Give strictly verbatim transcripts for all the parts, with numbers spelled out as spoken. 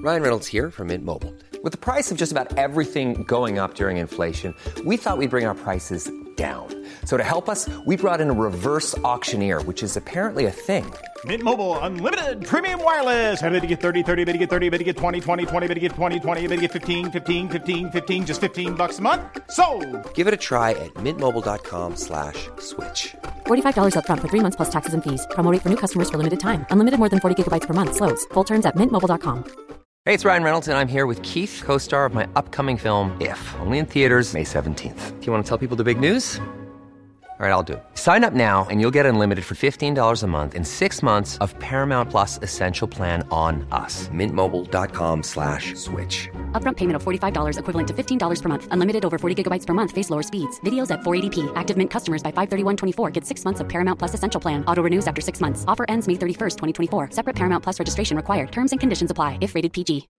Ryan Reynolds here from Mint Mobile. With the price of just about everything going up during inflation, we thought we'd bring our prices down. So to help us, we brought in a reverse auctioneer, which is apparently a thing. Mint Mobile Unlimited Premium Wireless. How to get thirty, thirty, how to get thirty, how to get twenty, twenty, twenty, how to get twenty, twenty, how to get fifteen, fifteen, fifteen, fifteen, just fifteen bucks a month? Sold! Give it a try at mintmobile.com slash switch. forty-five dollars up front for three months plus taxes and fees. Promo rate for new customers for limited time. Unlimited more than forty gigabytes per month. Slows full terms at mint mobile dot com. Hey, it's Ryan Reynolds, and I'm here with Keith, co-star of my upcoming film, If, only in theaters May seventeenth. Do you want to tell people the big news? All right, I'll do it. Sign up now and you'll get unlimited for fifteen dollars a month and six months of Paramount Plus Essential Plan on us. Mintmobile.com slash switch. Upfront payment of forty-five dollars equivalent to fifteen dollars per month. Unlimited over forty gigabytes per month. Face lower speeds. Videos at four eighty p. Active Mint customers by five thirty-one twenty-four get six months of Paramount Plus Essential Plan. Auto renews after six months. Offer ends May thirty-first, twenty twenty-four. Separate Paramount Plus registration required. Terms and conditions apply if rated P G.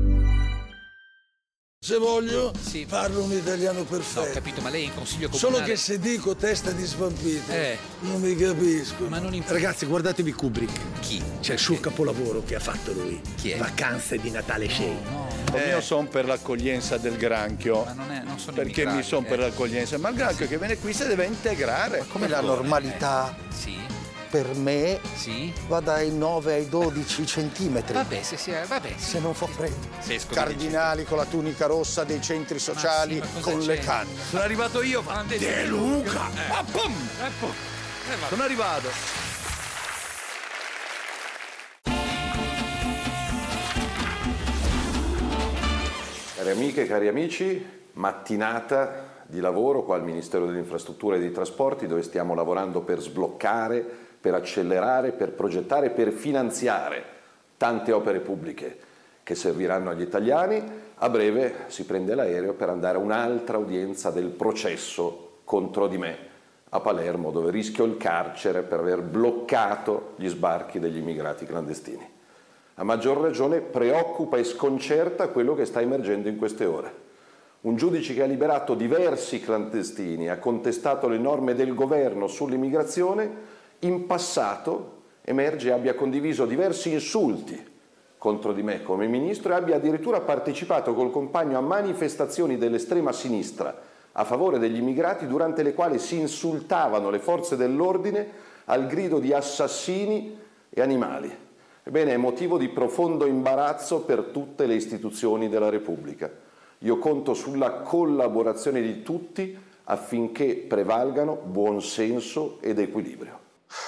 Se voglio, sì. parlo un italiano perfetto. No, ho capito, ma lei è in consiglio comunale. Solo che se dico testa di svampito, eh. non mi capisco. Ma non imp- Ragazzi, guardatevi Kubrick. Chi? C'è il suo capolavoro che ha fatto lui. Chi è? Vacanze di Natale Shane. No, no. Eh. Io sono per l'accoglienza del granchio. Ma non, è, non sono Perché mi sono eh. per l'accoglienza? Ma il granchio sì. che viene qui si deve integrare. Ma come la normalità? Eh. Sì. Per me sì. va dai nove ai dodici centimetri. Vabbè, se, si, vabbè, sì. se non fa freddo. Se Cardinali con la tunica rossa dei centri sociali sì, con c'è? le canne. Sono arrivato io, De Luca! Eh. Ah, pum! Eh, pum. Eh, Sono arrivato. Cari amiche e cari amici, mattinata di lavoro qua al Ministero delle Infrastrutture e dei Trasporti, dove stiamo lavorando per sbloccare, per accelerare, per progettare, per finanziare tante opere pubbliche che serviranno agli italiani. A breve si prende l'aereo per andare a un'altra udienza del processo contro di me a Palermo, dove rischio il carcere per aver bloccato gli sbarchi degli immigrati clandestini. A maggior ragione preoccupa e sconcerta quello che sta emergendo in queste ore. Un giudice che ha liberato diversi clandestini, ha contestato le norme del governo sull'immigrazione, in passato emerge abbia condiviso diversi insulti contro di me come ministro e abbia addirittura partecipato col compagno a manifestazioni dell'estrema sinistra a favore degli immigrati, durante le quali si insultavano le forze dell'ordine al grido di assassini e animali. Ebbene, è motivo di profondo imbarazzo per tutte le istituzioni della Repubblica. Io conto sulla collaborazione di tutti affinché prevalgano buonsenso ed equilibrio.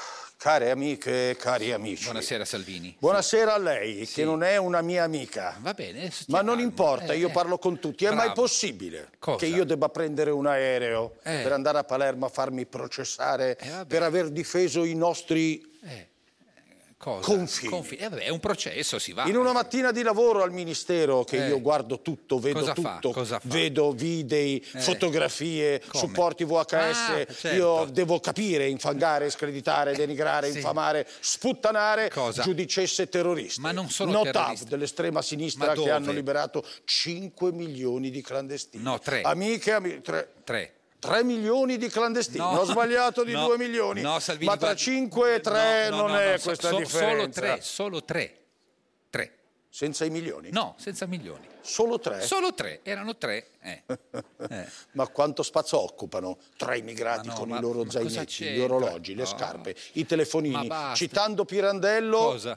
Care amiche e cari amici. Buonasera Salvini. Buonasera a lei, sì. che non è una mia amica. Va bene. Ma non importa, eh, io eh. parlo con tutti. È Bravo. mai possibile Cosa? che io debba prendere un aereo eh. per andare a Palermo a farmi processare eh, per aver difeso i nostri... Eh. Cosa? Confini. Confini. Eh, vabbè, è un processo, si va. In una mattina di lavoro al Ministero, che eh. io guardo tutto, vedo Cosa tutto, fa? Cosa fa? vedo video, eh. fotografie, Come? supporti V H S, ah, certo. io devo capire, infangare, screditare, denigrare, sì. infamare, sputtanare Cosa? giudicesse terroristi. Ma non solo Notav terroristi. dell'estrema sinistra che hanno liberato cinque milioni di clandestini. No, tre. Amiche, amiche, tre. Tre. tre milioni di clandestini, no, ho sbagliato di no, due milioni, no, Salvini, ma tra guardi, cinque e tre no, no, non no, è no, questa so, differenza. Solo tre, solo tre. Tre. Senza i milioni? No, senza milioni. Solo tre? Solo tre, erano tre. Eh. Eh. Ma quanto spazio occupano tre immigrati no, con ma, i loro ma zainetti, gli orologi, le no. scarpe, i telefonini? Citando Pirandello, cosa?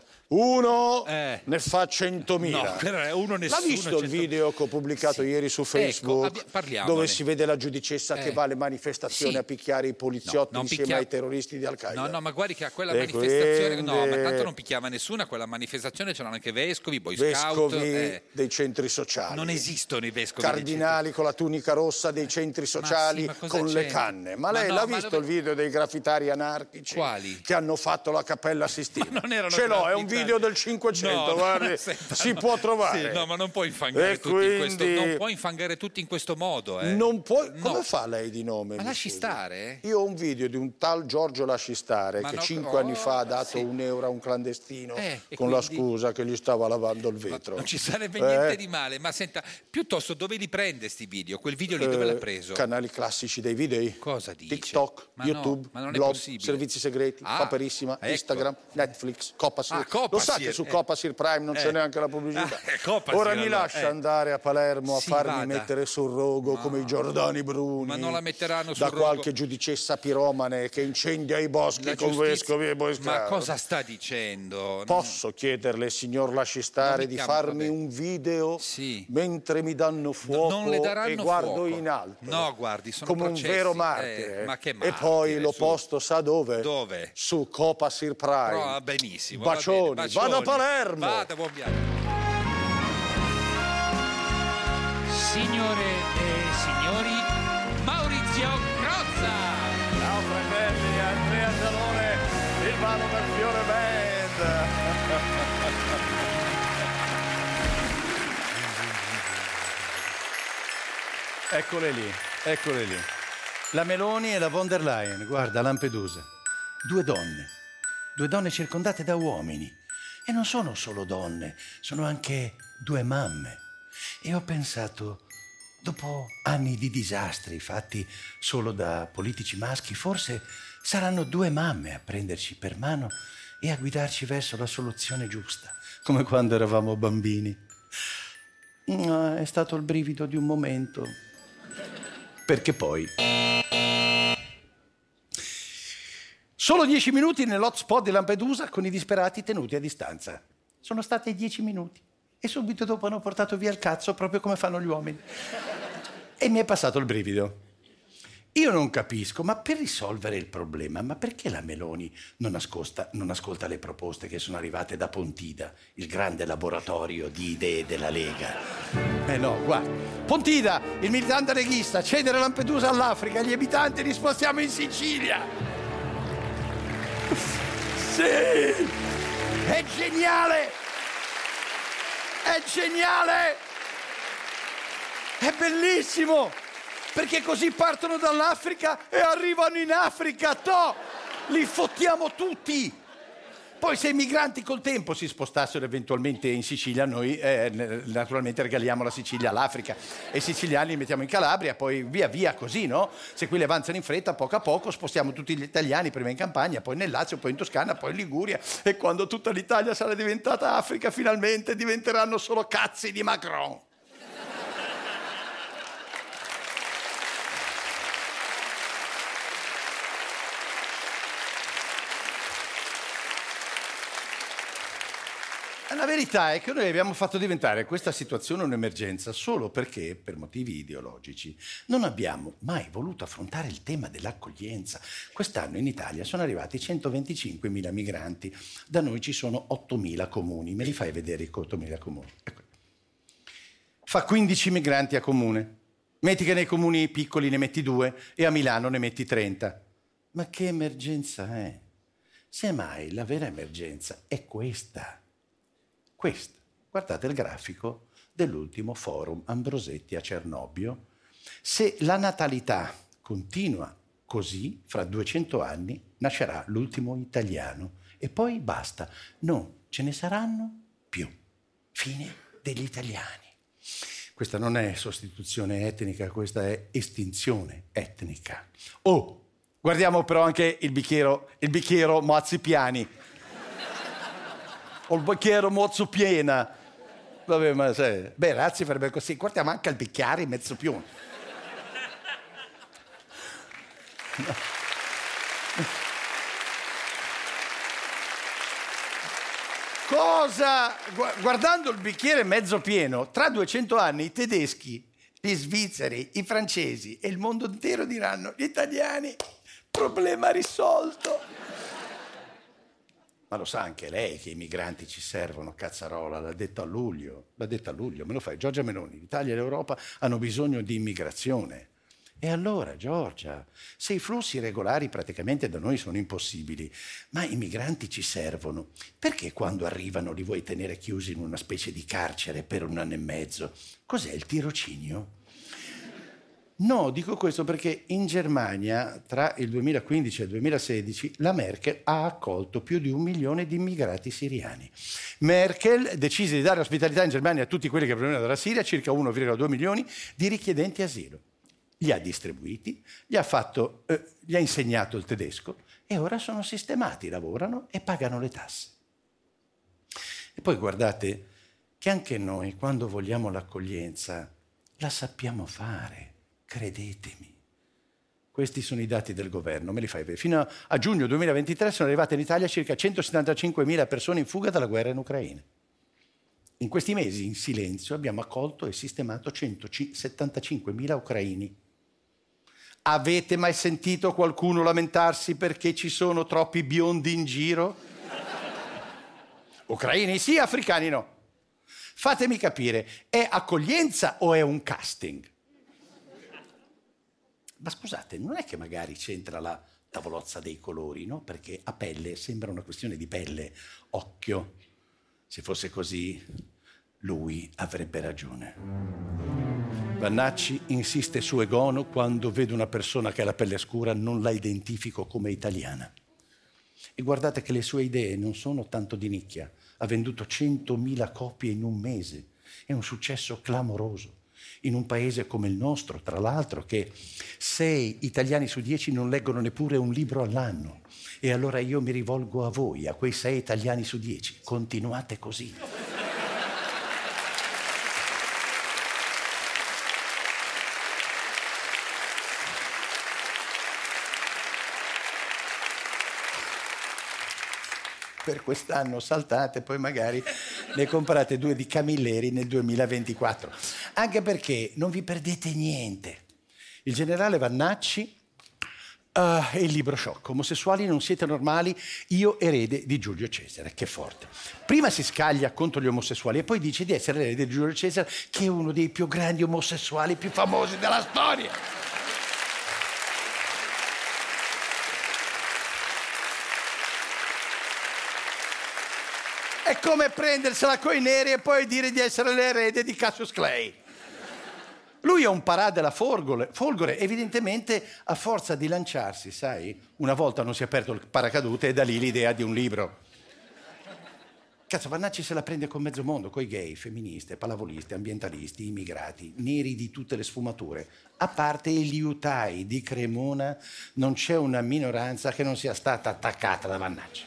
uno eh. ne fa centomila. No, però uno nessuno. L'ha visto il video che ho pubblicato sì. ieri su Facebook, ecco, dove si vede la giudicessa eh. che va alle manifestazioni sì. a picchiare i poliziotti no, insieme picchia... ai terroristi di Al-Qaeda? No, no, ma guardi che a quella e manifestazione... quindi... No, ma tanto non picchiava nessuno, a quella manifestazione c'erano anche vescovi, boy vescovi scout... Eh. dei centri sociali. Non esistono i vescovi cardinali con la tunica rossa dei centri sociali ma sì, ma con c'è? le canne. Ma, ma lei no, l'ha ma visto dove... il video dei graffitari anarchici? Quali? Che hanno fatto la Cappella Sistina? Ma non erano Ce l'ho, è un video del cinquecento, no, guardi, no, senta, si no. può trovare. Sì, no, ma non puoi infangare e tutti quindi... in questo non puoi infangare tutti in questo modo, eh. Non puoi. No. Come fa lei di nome? Ma lasci scusi? stare? Io ho un video di un tal Giorgio Lasci Stare ma che no, cinque oh, anni fa ha dato sì. un euro a un clandestino eh, con quindi... la scusa che gli stava lavando scivolando il vetro. Non ci sarebbe niente eh. di male, ma senta, piuttosto dove li prende sti video? Quel video lì dove Eh, l'ha preso? Canali classici dei video. Cosa dice? TikTok, Ma YouTube, no, ma non è blog, possibile. servizi segreti, Ah, Paperissima, ecco. Instagram, Netflix, Copasir. Ah, Copasir, Lo sa che su eh. Copasir Prime non Eh. c'è neanche la pubblicità. Ah, eh, Copasir, Ora mi allora, lascia eh. andare a Palermo a Sì, farmi vada. mettere sul rogo come i Giordani Bruni. Ma non la metteranno sul da rogo. qualche giudicessa piromane che incendia i boschi La con giustizia- vescovi e boy Ma scout. cosa sta dicendo? Posso chiederle, signor Lasci stare, Non mi di chiamo, farmi vabbè. un video Sì. mentre mi danno fuoco non le daranno e guardo fuoco. in alto? No, guardi, sono come processi. un vero Eh, martire. ma che E martire, poi lo su. posto sa dove? Dove? Su Copasir Prime. Però, ah, benissimo. Bacioni, va bene, vado a bacioni. Palermo. Vada, buon viaggio. Signore e signori, Maurizio Crozza! Ciao fratelli, Andrea Gialone, il Valo del Fiore Band. Eccole lì, eccole lì. La Meloni e la von der Leyen, guarda, a Lampedusa. Due donne, due donne circondate da uomini. E non sono solo donne, sono anche due mamme. E ho pensato, dopo anni di disastri fatti solo da politici maschi, forse saranno due mamme a prenderci per mano e a guidarci verso la soluzione giusta, come quando eravamo bambini. No, è stato il brivido di un momento. Perché poi... Solo dieci minuti nell'hotspot di Lampedusa con i disperati tenuti a distanza. Sono stati dieci minuti. E subito dopo hanno portato via il cazzo, proprio come fanno gli uomini. E mi è passato il brivido. Io non capisco, ma per risolvere il problema, ma perché la Meloni non ascolta, non ascolta le proposte che sono arrivate da Pontida, il grande laboratorio di idee della Lega? Eh no, guarda. Pontida, il militante leghista, cedere Lampedusa all'Africa, gli abitanti li spostiamo in Sicilia. Sì! È geniale! È geniale! È bellissimo! Perché così partono dall'Africa e arrivano in Africa, toh! Li fottiamo tutti! Poi se i migranti col tempo si spostassero eventualmente in Sicilia, noi eh, naturalmente regaliamo la Sicilia all'Africa e i siciliani li mettiamo in Calabria, poi via via così, no? Se qui le avanzano in fretta, poco a poco spostiamo tutti gli italiani, prima in Campania, poi nel Lazio, poi in Toscana, poi in Liguria, e quando tutta l'Italia sarà diventata Africa, finalmente diventeranno solo cazzi di Macron. La verità è che noi abbiamo fatto diventare questa situazione un'emergenza solo perché, per motivi ideologici, non abbiamo mai voluto affrontare il tema dell'accoglienza. Quest'anno in Italia sono arrivati centoventicinquemila migranti, da noi ci sono ottomila comuni. Me li fai vedere i ottomila comuni? Ecco. Fa quindici migranti a comune. Metti che nei comuni piccoli ne metti due e a Milano ne metti trenta. Ma che emergenza è? Semmai la vera emergenza è questa. Questa. Guardate il grafico dell'ultimo forum Ambrosetti a Cernobbio. Se la natalità continua così, fra duecento anni nascerà l'ultimo italiano e poi basta, non ce ne saranno più. Fine degli italiani. Questa non è sostituzione etnica, questa è estinzione etnica. Oh, guardiamo però anche il bicchiero, il bicchiero mozzi piani. O il bicchiere mozzo piena. Vabbè, ma sai, beh, Razzi farebbe così. Guardiamo anche il bicchiere mezzo pieno. No. Cosa? Guardando il bicchiere mezzo pieno, tra duecento anni i tedeschi, gli svizzeri, i francesi e il mondo intero diranno: gli italiani, problema risolto. Ma lo sa anche lei che i migranti ci servono, cazzarola, l'ha detto a luglio, l'ha detto a luglio, me lo fai, Giorgia Meloni, l'Italia e l'Europa hanno bisogno di immigrazione. E allora, Giorgia, se i flussi regolari praticamente da noi sono impossibili, ma i migranti ci servono, perché quando arrivano li vuoi tenere chiusi in una specie di carcere per un anno e mezzo? Cos'è il tirocinio? No, dico questo perché in Germania tra il duemilaquindici e il duemilasedici la Merkel ha accolto più di un milione di immigrati siriani. Merkel decise di dare ospitalità in Germania a tutti quelli che provenivano dalla Siria, circa uno virgola due milioni di richiedenti asilo. Li ha distribuiti, gli ha, fatto, eh, gli ha insegnato il tedesco e ora sono sistemati, lavorano e pagano le tasse. E poi guardate che anche noi, quando vogliamo l'accoglienza, la sappiamo fare. Credetemi. Questi sono i dati del governo, me li fai vedere. Fino a, a giugno duemilaventitré sono arrivate in Italia circa centosettantacinquemila persone in fuga dalla guerra in Ucraina. In questi mesi, in silenzio, abbiamo accolto e sistemato centosettantacinquemila ucraini. Avete mai sentito qualcuno lamentarsi perché ci sono troppi biondi in giro? Ucraini sì, africani no. Fatemi capire, è accoglienza o è un casting? Ma scusate, non è che magari c'entra la tavolozza dei colori, no? Perché a pelle sembra una questione di pelle. Occhio, se fosse così, lui avrebbe ragione. Vannacci insiste su Egono: quando vedo una persona che ha la pelle scura non la identifico come italiana. E guardate che le sue idee non sono tanto di nicchia. Ha venduto centomila copie in un mese. È un successo clamoroso. In un paese come il nostro, tra l'altro, che sei italiani su dieci non leggono neppure un libro all'anno. E allora io mi rivolgo a voi, a quei sei italiani su dieci. Continuate così. Per quest'anno saltate, poi magari ne comprate due di Camilleri nel duemilaventiquattro. Anche perché non vi perdete niente. Il generale Vannacci uh, e il libro sciocco. Omosessuali non siete normali, io erede di Giulio Cesare. Che forte. Prima si scaglia contro gli omosessuali e poi dice di essere erede di Giulio Cesare, che è uno dei più grandi omosessuali più famosi della storia. È come prendersela coi neri e poi dire di essere l'erede di Cassius Clay. Lui è un parà della Folgore, Folgore, evidentemente a forza di lanciarsi, sai, una volta non si è aperto il paracadute e da lì l'idea di un libro. Cazzo, Vannacci se la prende con mezzo mondo, coi gay, femministe, pallavoliste, ambientalisti, immigrati, neri di tutte le sfumature. A parte i liutai di Cremona, non c'è una minoranza che non sia stata attaccata da Vannacci.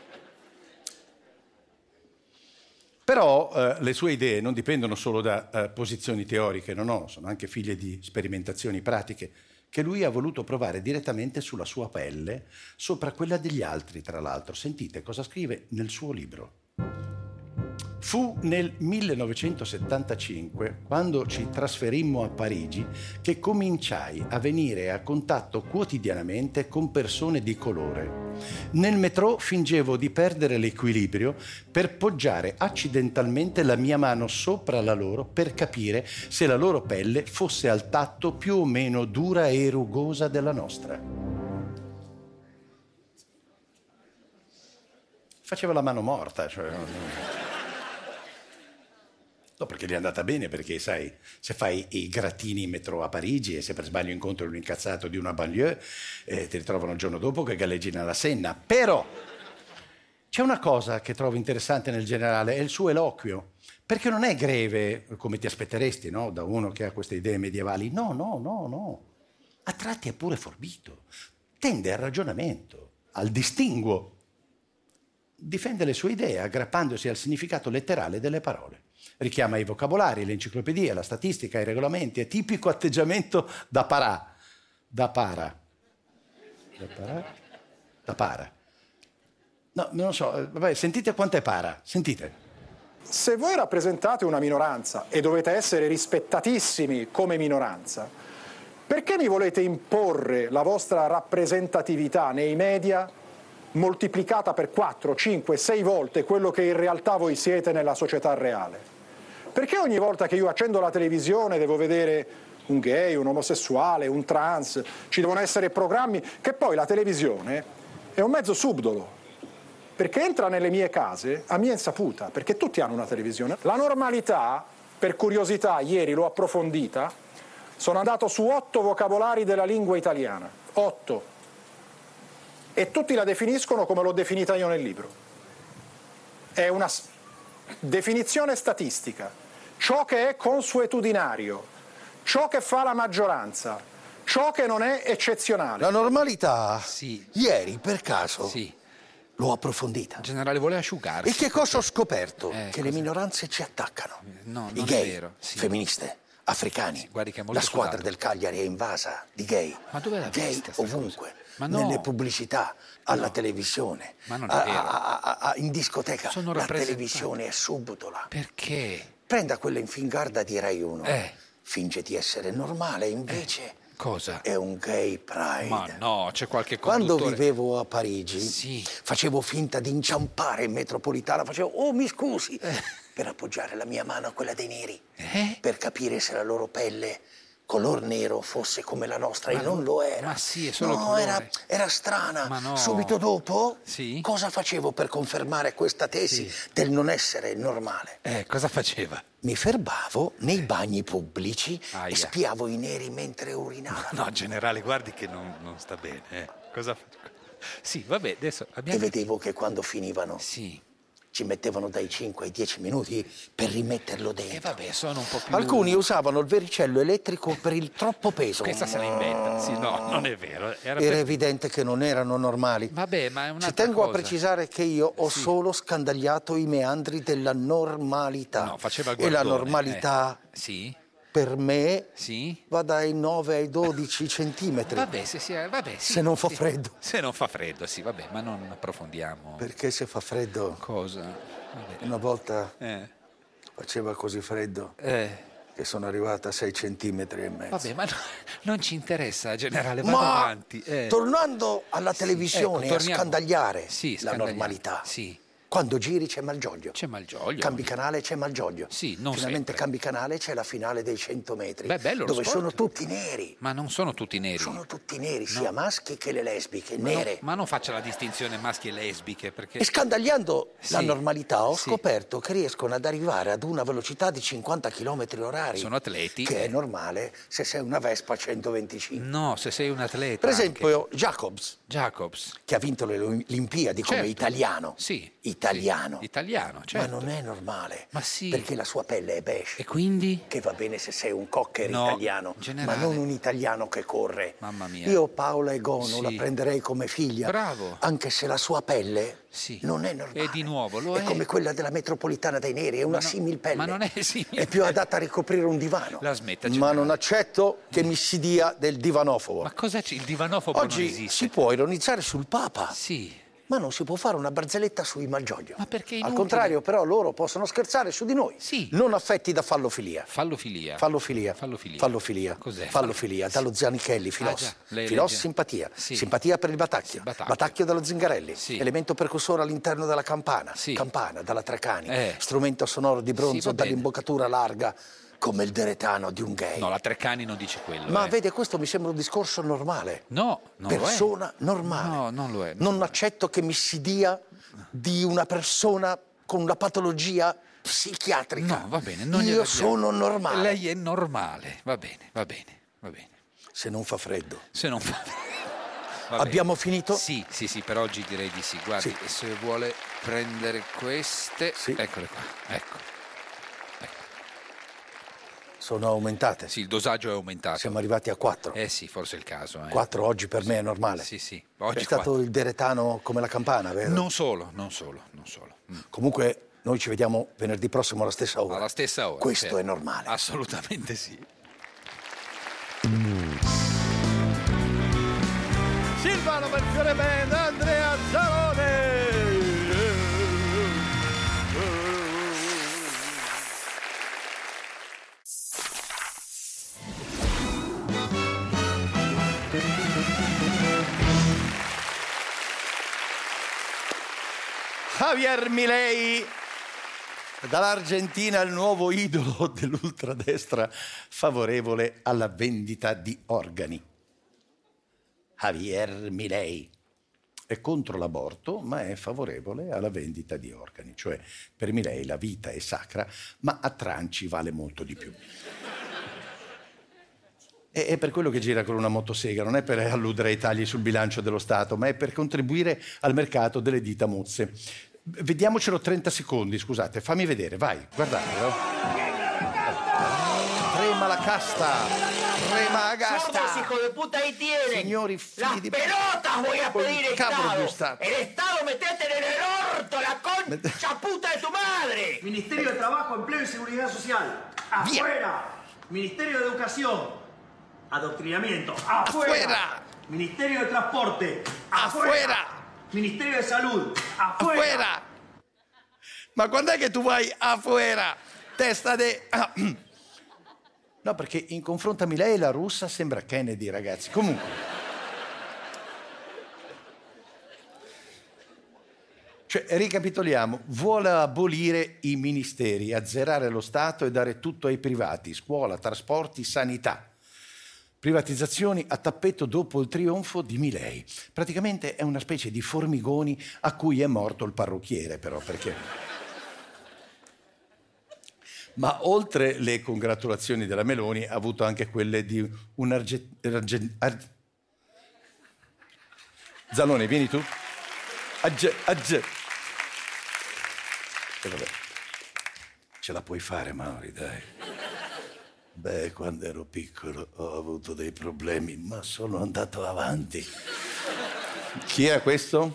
Però eh, le sue idee non dipendono solo da eh, posizioni teoriche, no, no, sono anche figlie di sperimentazioni pratiche che lui ha voluto provare direttamente sulla sua pelle, sopra quella degli altri, tra l'altro. Sentite cosa scrive nel suo libro. Fu nel millenovecentosettantacinque, quando ci trasferimmo a Parigi, che cominciai a venire a contatto quotidianamente con persone di colore. Nel metro fingevo di perdere l'equilibrio per poggiare accidentalmente la mia mano sopra la loro per capire se la loro pelle fosse al tatto più o meno dura e rugosa della nostra. Faceva la mano morta, cioè... No, perché gli è andata bene, perché sai, se fai i grattini in metro a Parigi e se per sbaglio incontri un incazzato di una banlieue, eh, ti ritrovano il giorno dopo che galleggi nella Senna. Però c'è una cosa che trovo interessante nel generale, è il suo eloquio, perché non è greve, come ti aspetteresti, no? Da uno che ha queste idee medievali. No, no, no, no. A tratti è pure forbito. Tende al ragionamento, al distinguo. Difende le sue idee aggrappandosi al significato letterale delle parole. Richiama i vocabolari, l'enciclopedia, la statistica, i regolamenti. È tipico atteggiamento da parà. Da para. Da para? Da para. No, non so. Vabbè, sentite quanto è para. Sentite. Se voi rappresentate una minoranza e dovete essere rispettatissimi come minoranza, perché mi volete imporre la vostra rappresentatività nei media moltiplicata per quattro, cinque, sei volte quello che in realtà voi siete nella società reale? Perché ogni volta che io accendo la televisione devo vedere un gay, un omosessuale, un trans, ci devono essere programmi, che poi la televisione è un mezzo subdolo, perché entra nelle mie case a mia insaputa, perché tutti hanno una televisione. La normalità, per curiosità, ieri l'ho approfondita, Sono andato su otto vocabolari della lingua italiana, otto, e tutti la definiscono come l'ho definita io nel libro. È una definizione statistica. Ciò che è consuetudinario, ciò che fa la maggioranza, ciò che non è eccezionale. La normalità, sì. Ieri per caso, sì. l'ho approfondita. Il generale vuole asciugarsi. E che cosa ho scoperto? Eh, che cosa... le minoranze ci attaccano. No, I non gay, è vero. Sì. femministe, africani. Sì, guardi che è molto la squadra sudato. del Cagliari è invasa di gay. Ma dove l'ha gay vista sta ovunque. Ma no. Nelle pubblicità, alla No. televisione, Ma non è a, vero. a, a, a, in discoteca. Sono la rappresentati. televisione è subdola. Perché? Prenda quella in fingarda di Rai uno. Eh. Finge di essere normale, invece Eh. Cosa? è un gay pride. Ma no, c'è qualche Quando conduttore... vivevo a Parigi, Sì. facevo finta di inciampare in metropolitana, facevo, oh mi scusi, Eh. per appoggiare la mia mano a quella dei neri, Eh? per capire se la loro pelle color nero fosse come la nostra, Ma e non no, lo era. ma sì, è solo no, colore. era, era strana. Ma no. Subito dopo, Sì? cosa facevo per confermare questa tesi Sì. del non essere normale? Eh, cosa faceva? Mi fermavo nei bagni pubblici Aia. e spiavo i neri mentre urinavano. No, generale, guardi che non, non sta bene. Eh. Cosa fa? Sì, vabbè, adesso E abbiamo... vedevo che quando finivano Sì. ci mettevano dai cinque ai dieci minuti per rimetterlo E dentro. vabbè, sono un po' più... Alcuni usavano il vericello elettrico per il troppo peso. Questa se la inventa. Sì, no, non è vero. Era Era per- evidente che non erano normali. Vabbè, ma è un'altra Ci tengo cosa. a precisare che io ho Sì. solo scandagliato i meandri della normalità. No, faceva il e la guardone, normalità eh. Sì? per me Sì? va dai nove ai dodici centimetri. Vabbè, se, si- vabbè, sì, Se non fa sì. freddo. Se non fa freddo, sì, vabbè, ma non approfondiamo. Perché se fa freddo, Cosa? Vabbè. una volta Eh. faceva così freddo Eh. che sono arrivata a sei centimetri e mezzo. Vabbè, ma no- non ci interessa, generale, vada Ma avanti. Eh. tornando alla Sì, televisione ecco, a torniamo. scandagliare Sì, la scandagliare. normalità. Sì. Quando giri c'è Malgioglio. C'è Malgioglio. Cambi canale c'è Malgioglio. Sì, non Finalmente sempre. cambi canale c'è la finale dei cento metri. Beh, bello lo dove sport. sono tutti neri. Ma non sono tutti neri. Sono tutti neri, sia maschi che le lesbiche, Ma, no- nere. ma non faccia la distinzione maschi e lesbiche, perché... E scandagliando la Sì, normalità ho sì. scoperto che riescono ad arrivare ad una velocità di cinquanta chilometri orari. Sono atleti. Che eh. è normale se sei una Vespa centoventicinque. No, se sei un atleta. Per esempio anche. Jacobs, Jacobs. che ha vinto le Olimpiadi come Certo. italiano. Sì. Italiano. Sì, italiano, certo. Ma non è normale. Ma sì. Perché la sua pelle è beige. E quindi? Che va bene se sei un cocker No, italiano, generale. ma non un italiano che corre. Mamma mia. Io Paola Egono Sì. la prenderei come figlia. Bravo. Anche se la sua pelle Sì. non è normale. E di nuovo lo è. è. come quella della metropolitana dei neri, è una no, similpelle. ma non è similpelle. È più adatta a ricoprire un divano. La smetta, Ma generale. non accetto che mi si dia del divanofobo. Ma cosa c'è? Il divanofobo non Oggi esiste. si può ironizzare sul Papa. Sì. Ma non si può fare una barzelletta sui Malgioglio. Ma perché è Al inutile? contrario, però, loro possono scherzare su di noi. Sì. Non affetti da fallofilia. Fallofilia. Fallofilia. Fallofilia. Fallofilia. Cos'è? Fallofilia. Dallo Zanichelli, Filos. Ah, già. Lei Filos, legge. simpatia. Sì. Simpatia per il Batacchio. Sì, Batacchio. Batacchio dallo Zingarelli. Sì. Elemento percussore all'interno della campana. Sì. Campana dalla Trecani. Eh. Strumento sonoro di Sì, bronzo va bene. dall'imboccatura larga, come il deretano di un gay. No, la Treccani non dice quello. Ma eh. vede, questo mi sembra un discorso normale. No, non Persona lo è. normale. No, non lo è. Non accetto che mi si dia di una persona con una patologia psichiatrica. No, va bene. Non Io gliela diamo. sono normale. Lei è normale. Va bene, va bene, va bene. Se non fa freddo. Se non fa... Va bene. Abbiamo finito? Sì, sì, sì, per oggi direi di sì. Guardi, Sì. se vuole prendere queste... Sì. Eccole qua, ecco. Sono aumentate. Sì, il dosaggio è aumentato. Siamo arrivati a quattro. Eh sì, forse è il caso. Eh. Quattro oggi per me è normale. Sì, sì. Oggi è stato quattro. il deretano come la campana, vero? Non solo, non solo, non solo. Mm. Comunque noi ci vediamo venerdì prossimo alla stessa ora. Alla stessa ora. Questo certo. è normale. Assolutamente sì. Silvano Melchiorre Band, Andrea Zalone. Javier Milei, dall'Argentina il nuovo idolo dell'ultradestra favorevole alla vendita di organi. Javier Milei è contro l'aborto, ma è favorevole alla vendita di organi. Cioè, per Milei la vita è sacra, ma a tranci vale molto di più. è per quello che gira con una motosega, non è per alludere ai tagli sul bilancio dello Stato, ma è per contribuire al mercato delle dita mozze. Vediamocelo trenta secondi, scusate, fammi vedere, vai, guardatelo. Trema la casta, trema la casta. Sordos, hijo de puta, ahí tienen. Signori figli Las di... pelotas voy a pedir, Estado. Estado. El Estado, metete en el orto, la concha puta de tu madre. Ministerio de Trabajo, Empleo y Seguridad Social. Afuera. Ministerio de Educación. Adoctrinamiento. Afuera. Afuera. Ministerio de Transporte. Afuera. Afuera. Ministerio de Salud. Afuera. Afuera. Ma quando è che tu vai afuera? Testa de... Ah. No, perché in confronto a Milei la russa sembra Kennedy, ragazzi. Comunque. Cioè, ricapitoliamo, vuole abolire i ministeri, azzerare lo Stato e dare tutto ai privati, scuola, trasporti, sanità. Privatizzazioni a tappeto dopo il trionfo di Milei. Praticamente è una specie di formigoni a cui è morto il parrucchiere, però, perché... Ma oltre le congratulazioni della Meloni ha avuto anche quelle di un argentino... Arge... Zalone, vieni tu. Agge, agge. E vabbè, ce la puoi fare, Mauri, dai. Beh, quando ero piccolo ho avuto dei problemi, ma sono andato avanti. Chi è questo?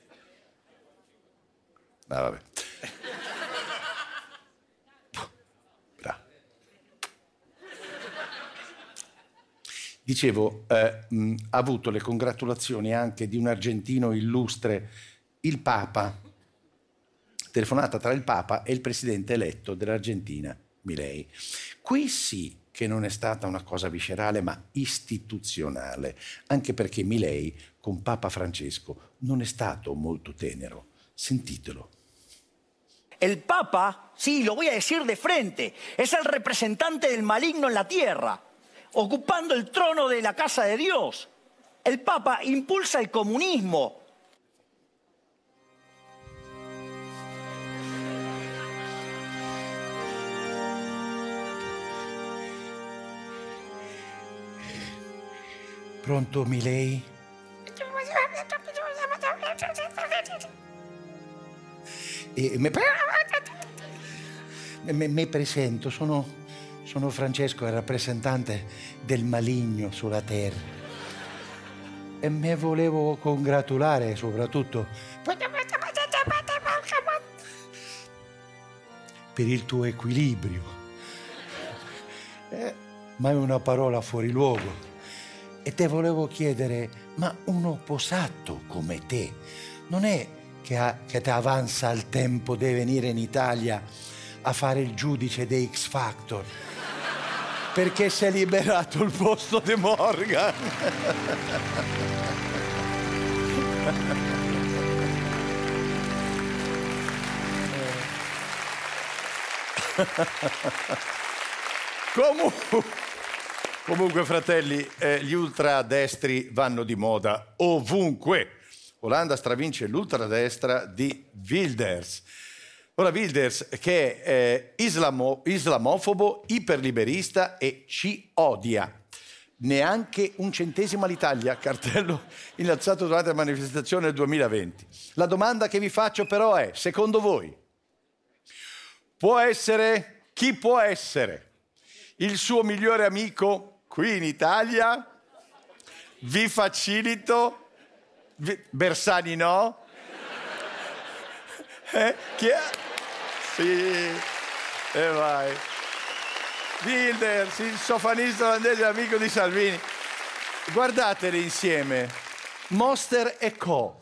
Ah, vabbè. Bravo. Dicevo, eh, mh, ha avuto le congratulazioni anche di un argentino illustre, il Papa. Telefonata tra il Papa e il presidente eletto dell'Argentina, Milei. Qui sì che non è stata una cosa viscerale, ma istituzionale, anche perché Milei con Papa Francesco non è stato molto tenero. Sentitelo. El Papa, sí, lo voy a decir de frente, es el representante del maligno en la tierra, ocupando el trono de la casa de Dios. El Papa impulsa el comunismo. Pronto, Milei? E me, me, me presento, sono, sono Francesco, il rappresentante del maligno sulla terra. E me volevo congratulare soprattutto per il tuo equilibrio. Eh, ma è una parola fuori luogo. E te volevo chiedere, ma un opposato come te non è che, ha, che ti avanza il tempo di venire in Italia a fare il giudice dei X Factor? Perché si è liberato il posto di Morgan. Comunque... Comunque, fratelli, eh, gli ultradestri vanno di moda ovunque. Olanda stravince l'ultradestra di Wilders. Ora, Wilders, che è eh, islamo, islamofobo, iperliberista e ci odia. Neanche un centesimo all'Italia, cartello innalzato durante la manifestazione del duemilaventi. La domanda che vi faccio però è, secondo voi, può essere, chi può essere il suo migliore amico qui in Italia? Vi facilito. Vi... Bersani no? Eh? Chi è? Sì. E vai. Wilders, il sofanista olandese amico di Salvini. Guardateli insieme. Monster e Co.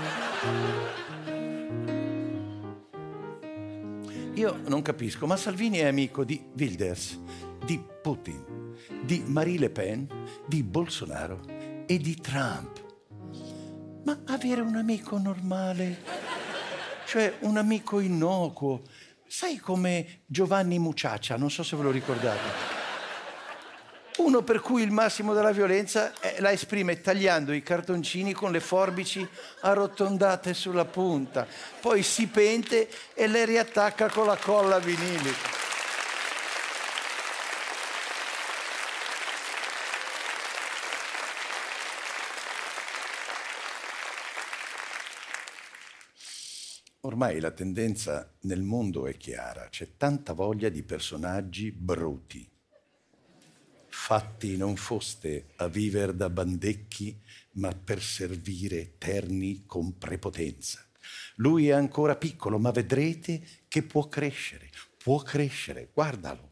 Io non capisco, ma Salvini è amico di Wilders, di Putin, di Marie Le Pen, di Bolsonaro e di Trump. Ma avere un amico normale, cioè un amico innocuo, sai come Giovanni Muciaccia, non so se ve lo ricordate, uno per cui il massimo della violenza la esprime tagliando i cartoncini con le forbici arrotondate sulla punta, poi si pente e le riattacca con la colla vinilica. Ormai la tendenza nel mondo è chiara, c'è tanta voglia di personaggi bruti. Fatti non foste a viver da bandecchi, ma per servire terni con prepotenza. Lui è ancora piccolo, ma vedrete che può crescere, può crescere, guardalo.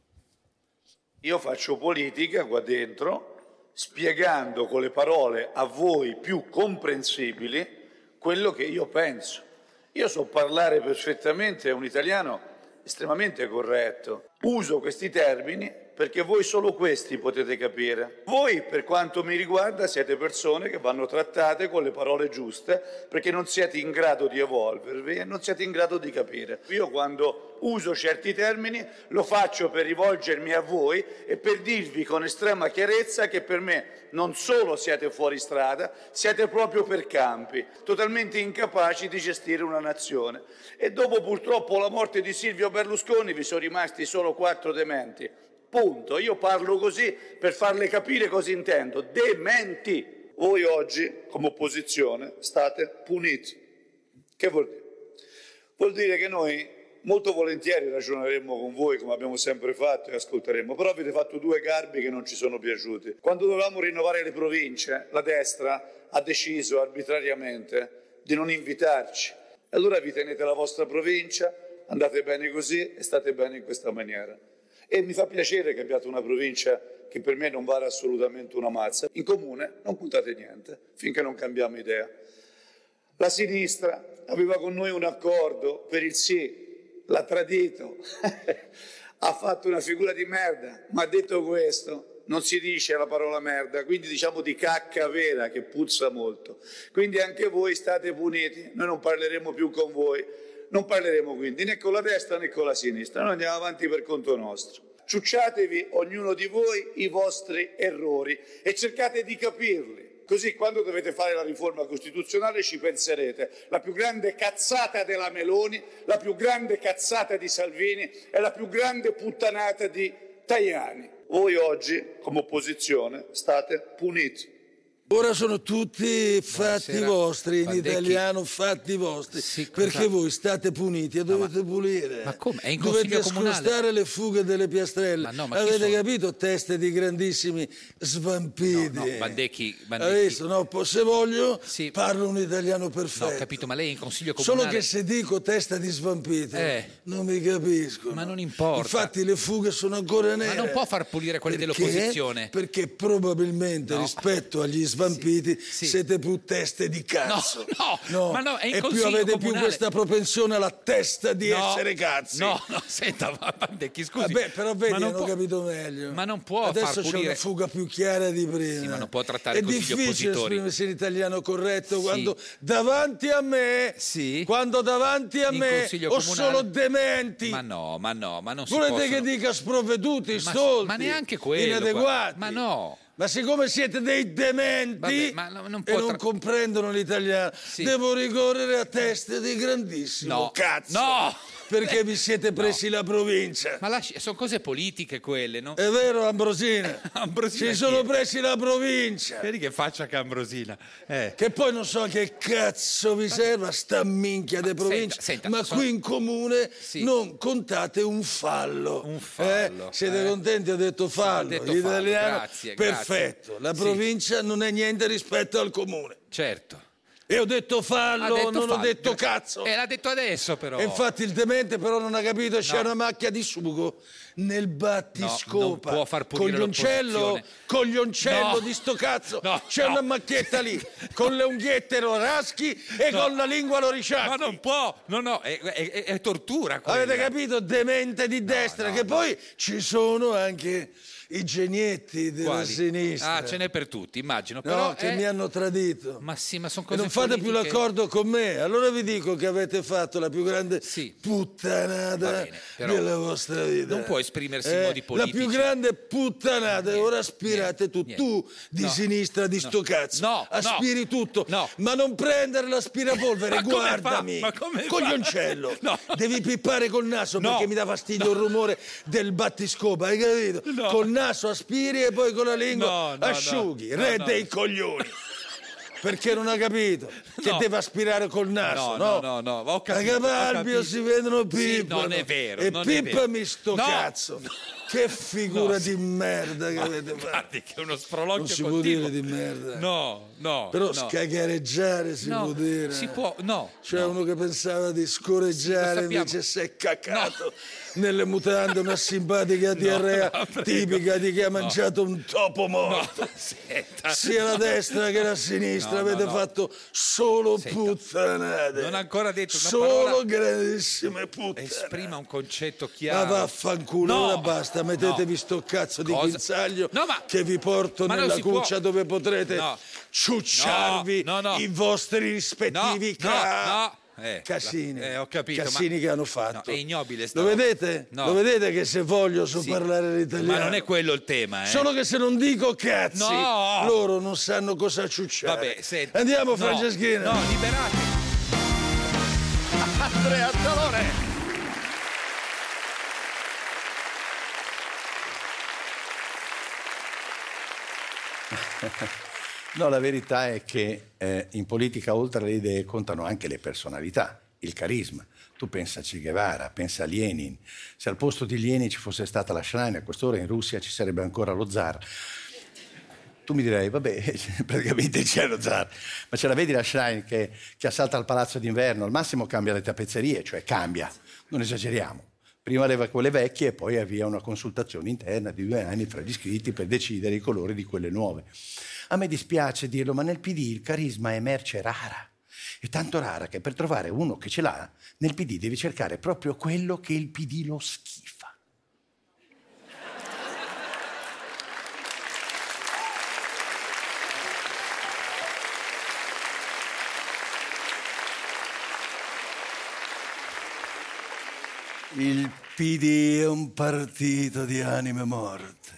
Io faccio politica qua dentro, spiegando con le parole a voi più comprensibili quello che io penso. Io so parlare perfettamente, è un italiano estremamente corretto. Uso questi termini perché voi solo questi potete capire. Voi, per quanto mi riguarda, siete persone che vanno trattate con le parole giuste perché non siete in grado di evolvervi e non siete in grado di capire. Io quando uso certi termini lo faccio per rivolgermi a voi e per dirvi con estrema chiarezza che per me non solo siete fuori strada, siete proprio per campi, totalmente incapaci di gestire una nazione. E dopo purtroppo la morte di Silvio Berlusconi vi sono rimasti solo quattro dementi. Punto. Io parlo così per farle capire cosa intendo. Dementi. Voi oggi, come opposizione, state puniti. Che vuol dire? Vuol dire che noi molto volentieri ragioneremo con voi, come abbiamo sempre fatto, e ascolteremo. Però avete fatto due garbi che non ci sono piaciuti. Quando dovevamo rinnovare le province, la destra ha deciso arbitrariamente di non invitarci. E allora vi tenete la vostra provincia, andate bene così e state bene in questa maniera. E mi fa piacere che abbiate una provincia che per me non vale assolutamente una mazza. In comune non contate niente, finché non cambiamo idea. La sinistra aveva con noi un accordo per il sì, l'ha tradito, ha fatto una figura di merda, ma detto questo non si dice la parola merda, quindi diciamo di cacca vera che puzza molto. Quindi anche voi state puniti, noi non parleremo più con voi. Non parleremo quindi né con la destra né con la sinistra, noi andiamo avanti per conto nostro. Ciucciatevi ognuno di voi i vostri errori e cercate di capirli. Così quando dovete fare la riforma costituzionale ci penserete. La più grande cazzata della Meloni, la più grande cazzata di Salvini e la più grande puttanata di Tajani. Voi oggi, come opposizione, state puniti. Ora sono tutti fatti Buonasera. vostri, in Bandecchi. italiano fatti vostri, Sì, perché cosa- voi state puniti e No, dovete ma- pulire. ma come? È in consiglio Dovete comunale? scostare le fughe delle piastrelle. Ma no, ma chi Avete sono? capito? Teste di grandissimi svampiti. No, no, Bandecchi, Hai Bandecchi. visto? No, po- se voglio Sì. parlo un italiano No, perfetto. ho capito, ma lei è in consiglio comunale. Solo che se dico testa di svampiti Eh. non mi capiscono. Ma non importa. Infatti le fughe sono ancora nere. Ma non può far pulire quelle Perché? dell'opposizione. Perché probabilmente No. rispetto agli svampiti Sì. siete più teste di cazzo. No, no, ma no, è in e più consiglio avete più comunale. questa propensione alla testa di No, essere cazzi. No, no, senta, ma Bandecchi, scusi. Vabbè, però vedi, ma non hanno può- capito meglio. Ma non può Adesso far c'è pulire. una fuga più chiara di prima. Sì, ma non può trattare È così gli difficile oppositori. esprimersi in italiano corretto Sì. quando davanti a me, Sì. quando davanti a In me consiglio ho comunale. solo dementi. Ma no, ma no, ma non si Volete possono... che dica sprovveduti, Ma- stolti, ma neanche quello, inadeguati? guarda. Ma no. Ma siccome siete dei dementi Vabbè, ma no- non e può non tra- comprendono l'italiano, Sì. devo ricorrere a teste di grandissimo No. cazzo. No. Perché vi siete presi la provincia. Ma lasci- sono cose politiche quelle, no? È vero, Ambrosina? Ambrosina Si sono chi è? presi la provincia. Vedi che faccia che Ambrosina. Eh. Che poi non so che cazzo vi serva sta minchia di provincia, senta, ma sono- qui in comune Sì. non contate un fallo. Un fallo, Eh? Siete eh. contenti? Ho detto fallo. detto In fallo, italiano, grazie, perfetto. grazie. La Sì. provincia non è niente rispetto al comune. Certo. E ho detto fallo, Ha detto non ho fallo. detto cazzo. Eh, l'ha detto adesso però. E infatti il demente però non ha capito, c'è No. una macchia di sugo nel battiscopa. No, non può far pulire Coglioncello, l'opposizione. coglioncello No. di sto cazzo. No, c'è no. una macchietta lì, con le unghiette lo raschi e No. con la lingua lo riciacchi. Ma non può, no, no, è, è- è- è tortura quella. Avete capito? Demente di destra, no, che no. poi ci sono anche i genietti della Quali? sinistra. Ah, ce n'è per tutti, immagino. No, Però che è- mi hanno tradito. Ma sì, ma sono E cose non fate più politiche. l'accordo con me, allora vi dico che avete fatto la più grande Sì. puttanata Va bene, però della vostra vita. non può esprimersi in Eh, modi politici. La più grande puttanata, e ora aspirate tu, niente. tu di No. sinistra di No. sto cazzo, No, no. aspiri tutto, No. ma non prendere l'aspirapolvere, Ma come guardami, fa? Ma come fa? coglioncello, No. devi pippare col naso No. perché mi dà fastidio il rumore del battiscopa, hai capito? No. Col naso aspiri e poi con la lingua No, no, asciughi, no. re No, no. dei coglioni. perché non ha capito che No. deve aspirare col naso, No, no? no, no, no, ho A capito, ho Capalbio capito. si vedono Sì, pippe. non è vero, E non è vero. pippami sto No, cazzo. no. Che figura No, di merda che No, avete fatto. guardi che è uno sproloquio Non si può continuo. dire di merda. No, no. Però no. scagareggiare si No, può dire. si può, no. C'è no. uno che pensava di scoreggiare, Sì, lo sappiamo. invece si è caccato nelle mutande una simpatica No, diarrea no, prego. tipica di chi ha No. mangiato un topo morto. No, senta. Sia la destra che la sinistra No, no, avete no. fatto solo Senta, puttanate. non ha ancora detto una Solo parola. grandissime puttane. Esprima un concetto Ma chiaro. vaffanculo, No, ora basta, mettetevi no. sto cazzo di Cosa? guinzaglio No, ma- che vi porto ma non nella si può. cuccia dove potrete No. ciucciarvi No, no, no. i vostri rispettivi No, ca- no, no. Eh, casini. eh, ho capito, Casini ma- che hanno No, fatto. è ignobile sta Lo roba. vedete? No. Lo vedete che se voglio so Sì. parlare l'italiano. Ma non è quello il tema, eh. Solo che se non dico cazzi, No. loro non sanno cosa ciucciare. Vabbè, senta. Andiamo, No, Franceschina. No, liberate. Andrea Zalone. No, la verità è che eh, in politica oltre alle idee contano anche le personalità, il carisma. Tu pensa a Che Guevara, pensa a Lenin. Se al posto di Lenin ci fosse stata la Schlein, a quest'ora in Russia ci sarebbe ancora lo zar. Tu mi direi, vabbè, praticamente c'è lo zar. Ma ce la vedi la Schlein che, che assalta il palazzo d'inverno? Al massimo cambia le tappezzerie, cioè cambia. Non esageriamo. Prima leva quelle vecchie e poi avvia una consultazione interna di due anni fra gli iscritti per decidere i colori di quelle nuove. A me dispiace dirlo, ma nel P D il carisma è merce rara. È tanto rara che per trovare uno che ce l'ha, nel P D devi cercare proprio quello che il P D lo schifa. Il P D è un partito di anime morte.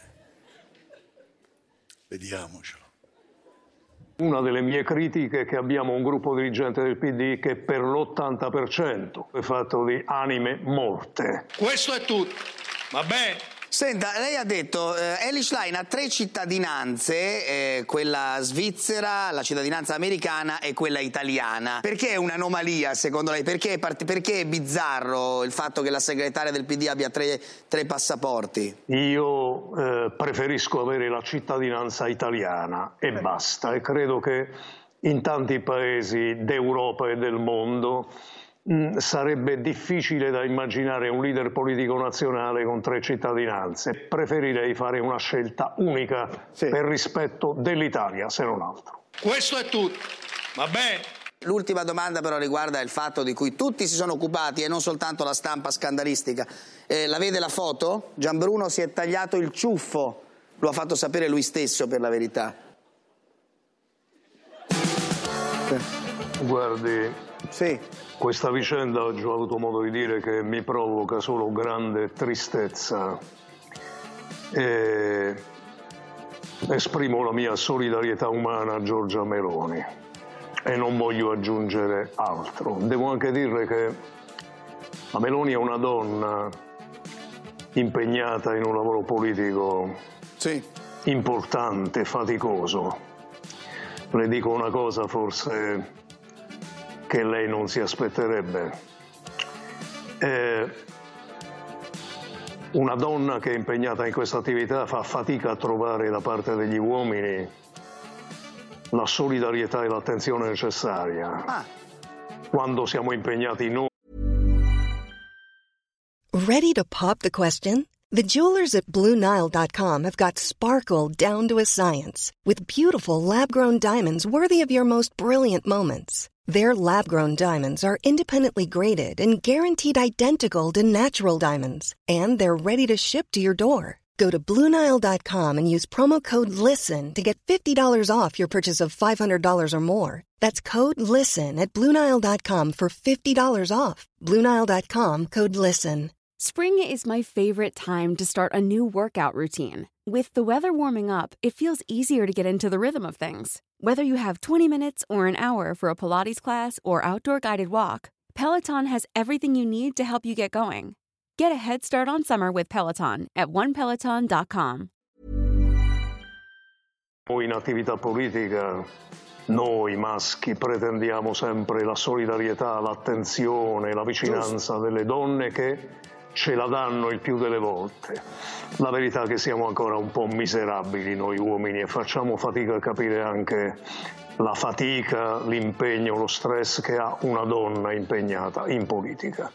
Vediamocelo. Una delle mie critiche è che abbiamo un gruppo dirigente del P D che per l'ottanta per cento è fatto di anime morte. Questo è tutto. Va bene? Senta, lei ha detto eh, Elly Schlein ha tre cittadinanze, eh, quella svizzera, la cittadinanza americana e quella italiana. Perché è un'anomalia secondo lei? Perché è, part- perché è bizzarro il fatto che la segretaria del P D abbia tre, tre passaporti? Io eh, preferisco avere la cittadinanza italiana e basta, e credo che in tanti paesi d'Europa e del mondo mh, sarebbe difficile da immaginare un leader politico nazionale con tre cittadinanze. Preferirei fare una scelta unica sì. per rispetto dell'Italia, se non altro. Questo è tutto. Va bene? L'ultima domanda però riguarda il fatto di cui tutti si sono occupati e non soltanto la stampa scandalistica. Eh, la vede la foto? Gianbruno si è tagliato il ciuffo, lo ha fatto sapere lui stesso per la verità. Guardi, sì. questa vicenda ho già avuto modo di dire che mi provoca solo grande tristezza e esprimo la mia solidarietà umana a Giorgia Meloni e non voglio aggiungere altro. Devo anche dirle che la Meloni è una donna impegnata in un lavoro politico sì. importante, faticoso. Le dico una cosa forse che lei non si aspetterebbe. È una donna che è impegnata in questa attività fa fatica a trovare da parte degli uomini la solidarietà e l'attenzione necessaria. Ah. Quando siamo impegnati noi. Ready to pop the question? The jewelers at Blue Nile dot com have got sparkle down to a science with beautiful lab-grown diamonds worthy of your most brilliant moments. Their lab-grown diamonds are independently graded and guaranteed identical to natural diamonds, and they're ready to ship to your door. Go to Blue Nile dot com and use promo code LISTEN to get fifty dollars off your purchase of five hundred dollars or more. That's code LISTEN at Blue Nile dot com for fifty dollars off. Blue Nile dot com, code LISTEN. Spring is my favorite time to start a new workout routine. With the weather warming up, it feels easier to get into the rhythm of things. Whether you have twenty minutes or an hour for a Pilates class or outdoor guided walk, Peloton has everything you need to help you get going. Get a head start on summer with Peloton at one peloton dot com. In attività politica Noi maschi pretendiamo sempre la solidarietà, l'attenzione, la vicinanza delle donne che ce la danno il più delle volte. La verità è che siamo ancora un po' miserabili noi uomini e facciamo fatica a capire anche la fatica, l'impegno, lo stress che ha una donna impegnata in politica.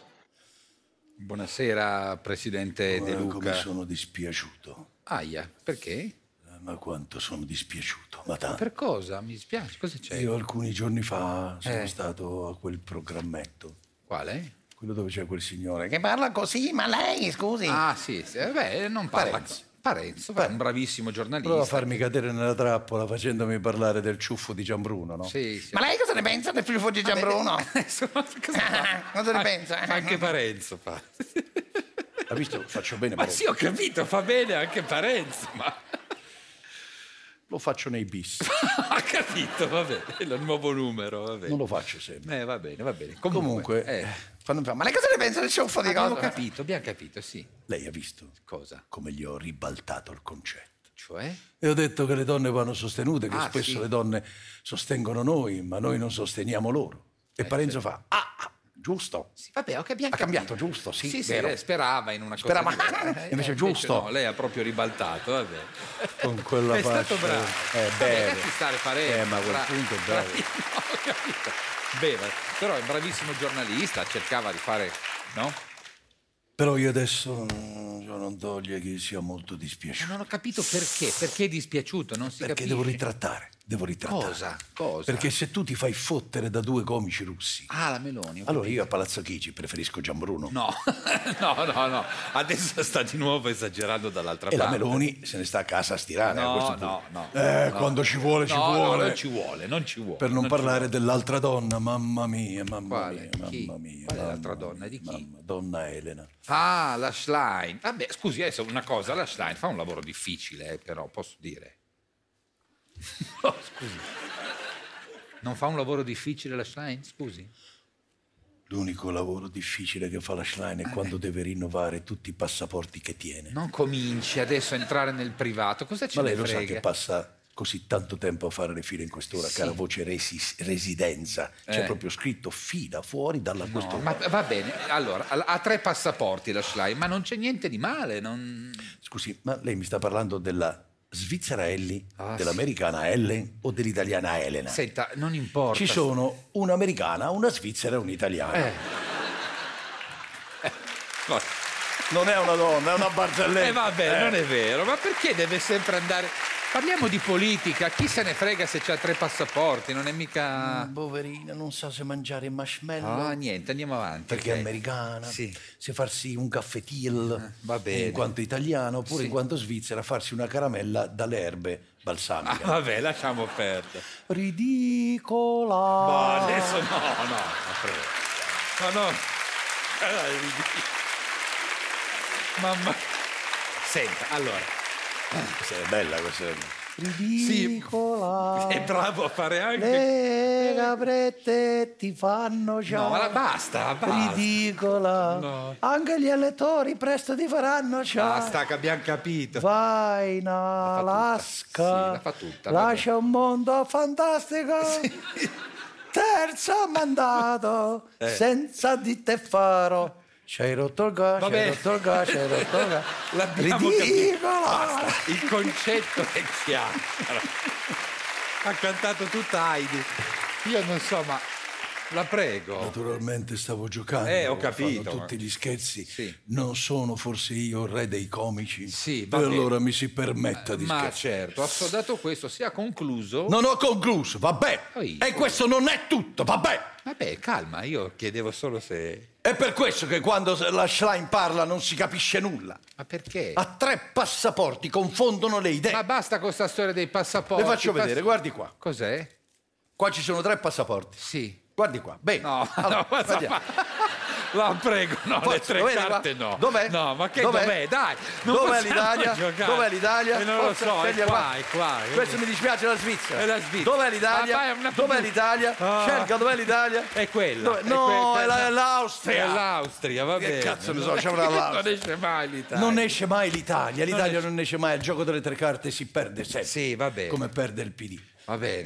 Buonasera, Presidente De Luca. Come sono dispiaciuto. Aia, perché? Ma quanto sono dispiaciuto, ma tanto. Per cosa? Mi dispiace, cosa c'è? Io alcuni giorni fa sono Eh. stato a quel programmetto. Quale? Quello dove c'è quel signore che parla così, ma lei, scusi. Ah, sì, sì. Eh, beh, non parla. Parenzo. Parenzo, è un bravissimo giornalista. Prova a farmi cadere nella trappola facendomi parlare del ciuffo di Gianbruno, no? Sì, sì. Ma lei cosa ne pensa del ciuffo di Gianbruno? Cosa ne pensa? Anche Parenzo fa. Ha visto? Faccio bene. Ma Parenzo. sì, ho capito, fa bene anche Parenzo, ma... Lo faccio nei bis. Ha capito, va bene, è il nuovo numero, va bene. Non lo faccio sempre. Eh, va bene, va bene. Comunque, Comunque eh. quando mi fa, ma lei cosa ne pensa del ciuffo di abbiamo cosa? capito, abbiamo capito, sì. Lei ha visto? Cosa? Come gli ho ribaltato il concetto. Cioè? E ho detto che le donne vanno sostenute, che Ah, spesso sì. le donne sostengono noi, ma noi non sosteniamo loro. E Eh, Parenzo certo. fa, ah, ah, giusto. Sì, vabbè, ho capito. Ha cambiato, giusto, sì, Sì, sì, vero. lei sperava in una Sperava, cosa diversa. eh, invece giusto. No, lei ha proprio ribaltato, vabbè. Con quella È faccia. stato bravo. Eh, Vabbè, beve. lasci stare Parenzo. Eh, ma a quel bra- punto è bravo. bravi- no, ho capito. Beve, però è un bravissimo giornalista, cercava di fare, no? Però io adesso mm, ciò non toglie che sia molto dispiaciuto. Non ho capito perché, perché è dispiaciuto, non si Perché capisce. devo ritrattare, devo ritrattare. Cosa? Cosa? Perché se tu ti fai fottere da due comici russi. Ah, la Meloni. ho Allora capito. io a Palazzo Chigi preferisco Gianbruno. No, no, no, no. Adesso sta di nuovo esagerando dall'altra E parte. la Meloni se ne sta a casa a stirare a No, questo no, punto. no. Eh, no. quando ci vuole, ci No, no, vuole. non ci vuole, non ci vuole. Per non, non ci parlare dell'altra donna, mamma mia, mamma Quale? mia, Chi? mamma mia. Qual è mamma l'altra mia, donna? Di chi? mamma, donna Elena. Ah, la Schlein. Vabbè, scusi, adesso una cosa, la Schlein fa un lavoro difficile, eh, però, posso dire. No, scusi. Non fa un lavoro difficile la Schlein, scusi? L'unico lavoro difficile che fa la Schlein è quando deve rinnovare tutti i passaporti che tiene. Non cominci adesso a entrare nel privato, cosa ci Ma lei ne lo sa frega? che passa così tanto tempo a fare le file in quest'ora, Sì. cara voce resi- residenza. C'è Eh. proprio scritto fila fuori dalla No, questura. ma va bene, allora, ha tre passaporti la Schlein, ma non c'è niente di male, non... Scusi, ma lei mi sta parlando della svizzera Ellie, Ah, dell'americana Ellen o dell'italiana Elena? Senta, non importa. Ci sono un'americana, una svizzera e un'italiana. Eh. No. Non è una donna, è una barzelletta. Eh vabbè, Eh. non è vero, ma perché deve sempre andare... Parliamo di politica, chi se ne frega se c'ha tre passaporti, non è mica... Mm, poverina, non sa se mangiare marshmallow. Ah, niente, andiamo avanti. Perché ok. è americana, Sì. se farsi un caffetil va bene. in quanto italiano, oppure Sì. in quanto svizzera farsi una caramella dalle erbe balsamiche. Ah, vabbè, lasciamo perdere. Ridicola! Ma adesso no, no, ma prego. No, no. Allora, è ridicolo. Mamma... Senta, allora... Questa è bella questa. Ridicola. È bravo a fare anche... Le caprette ti fanno ciao. No, ma la- basta, basta. Ridicola. No. Anche gli elettori presto ti faranno ciao. Basta che abbiamo capito. Vai in Alaska. Sì, la fa tutta, va Lascia un mondo fantastico. Terzo mandato. Eh. Senza di te farò. Ci hai rotto il gas, ci Vabbè. hai rotto il gas, ci hai rotto il gas. L'abbiamo capito. Ridicola. Basta, il concetto è chiaro. Ha cantato tutta Heidi. Io non so, ma la prego. Naturalmente stavo giocando. Eh, ho capito, Fanno ma- tutti gli scherzi. Sì. Non sono forse io il re dei comici? Sì, E va bene. allora mi si permetta di Ma scherzare. certo, assodato questo, si è concluso. Non ho concluso, vabbè. Poi- E questo non è tutto, vabbè. Vabbè, calma, io chiedevo solo se... È per questo che quando la Schlein parla non si capisce nulla. Ma perché? Ha tre passaporti, confondono le idee. Ma basta con sta storia dei passaporti. Le faccio pass- vedere, guardi qua. Cos'è? Qua ci sono tre passaporti. Sì. Guardi qua. Bene. No, Allora, no, ma vediamo. La prego, no, Forza, le tre lo vedi carte qua? no. Dov'è? No, ma che Dov'è? dov'è? Dai, non Dov'è possiamo l'Italia? giocare. Dov'è l'Italia? Eh, non lo Forza, so, è scegli qua, è qua. Questo mi dispiace, la Svizzera. È la Svizzera. Dov'è l'Italia? Ah, ma è una- Dov'è l'Italia? Ah. Cerca, dov'è l'Italia? È quella. Dov'è? è No, que- è, la- no. è l'Austria. È l'Austria, va Che bene. cazzo ne so, Non- ci avrà l'Austria. Non esce mai l'Italia. Non esce mai l'Italia. L'Italia esce- non esce mai. Il gioco delle tre carte si perde sempre. Sì, va bene. Come perde il P D. Va bene.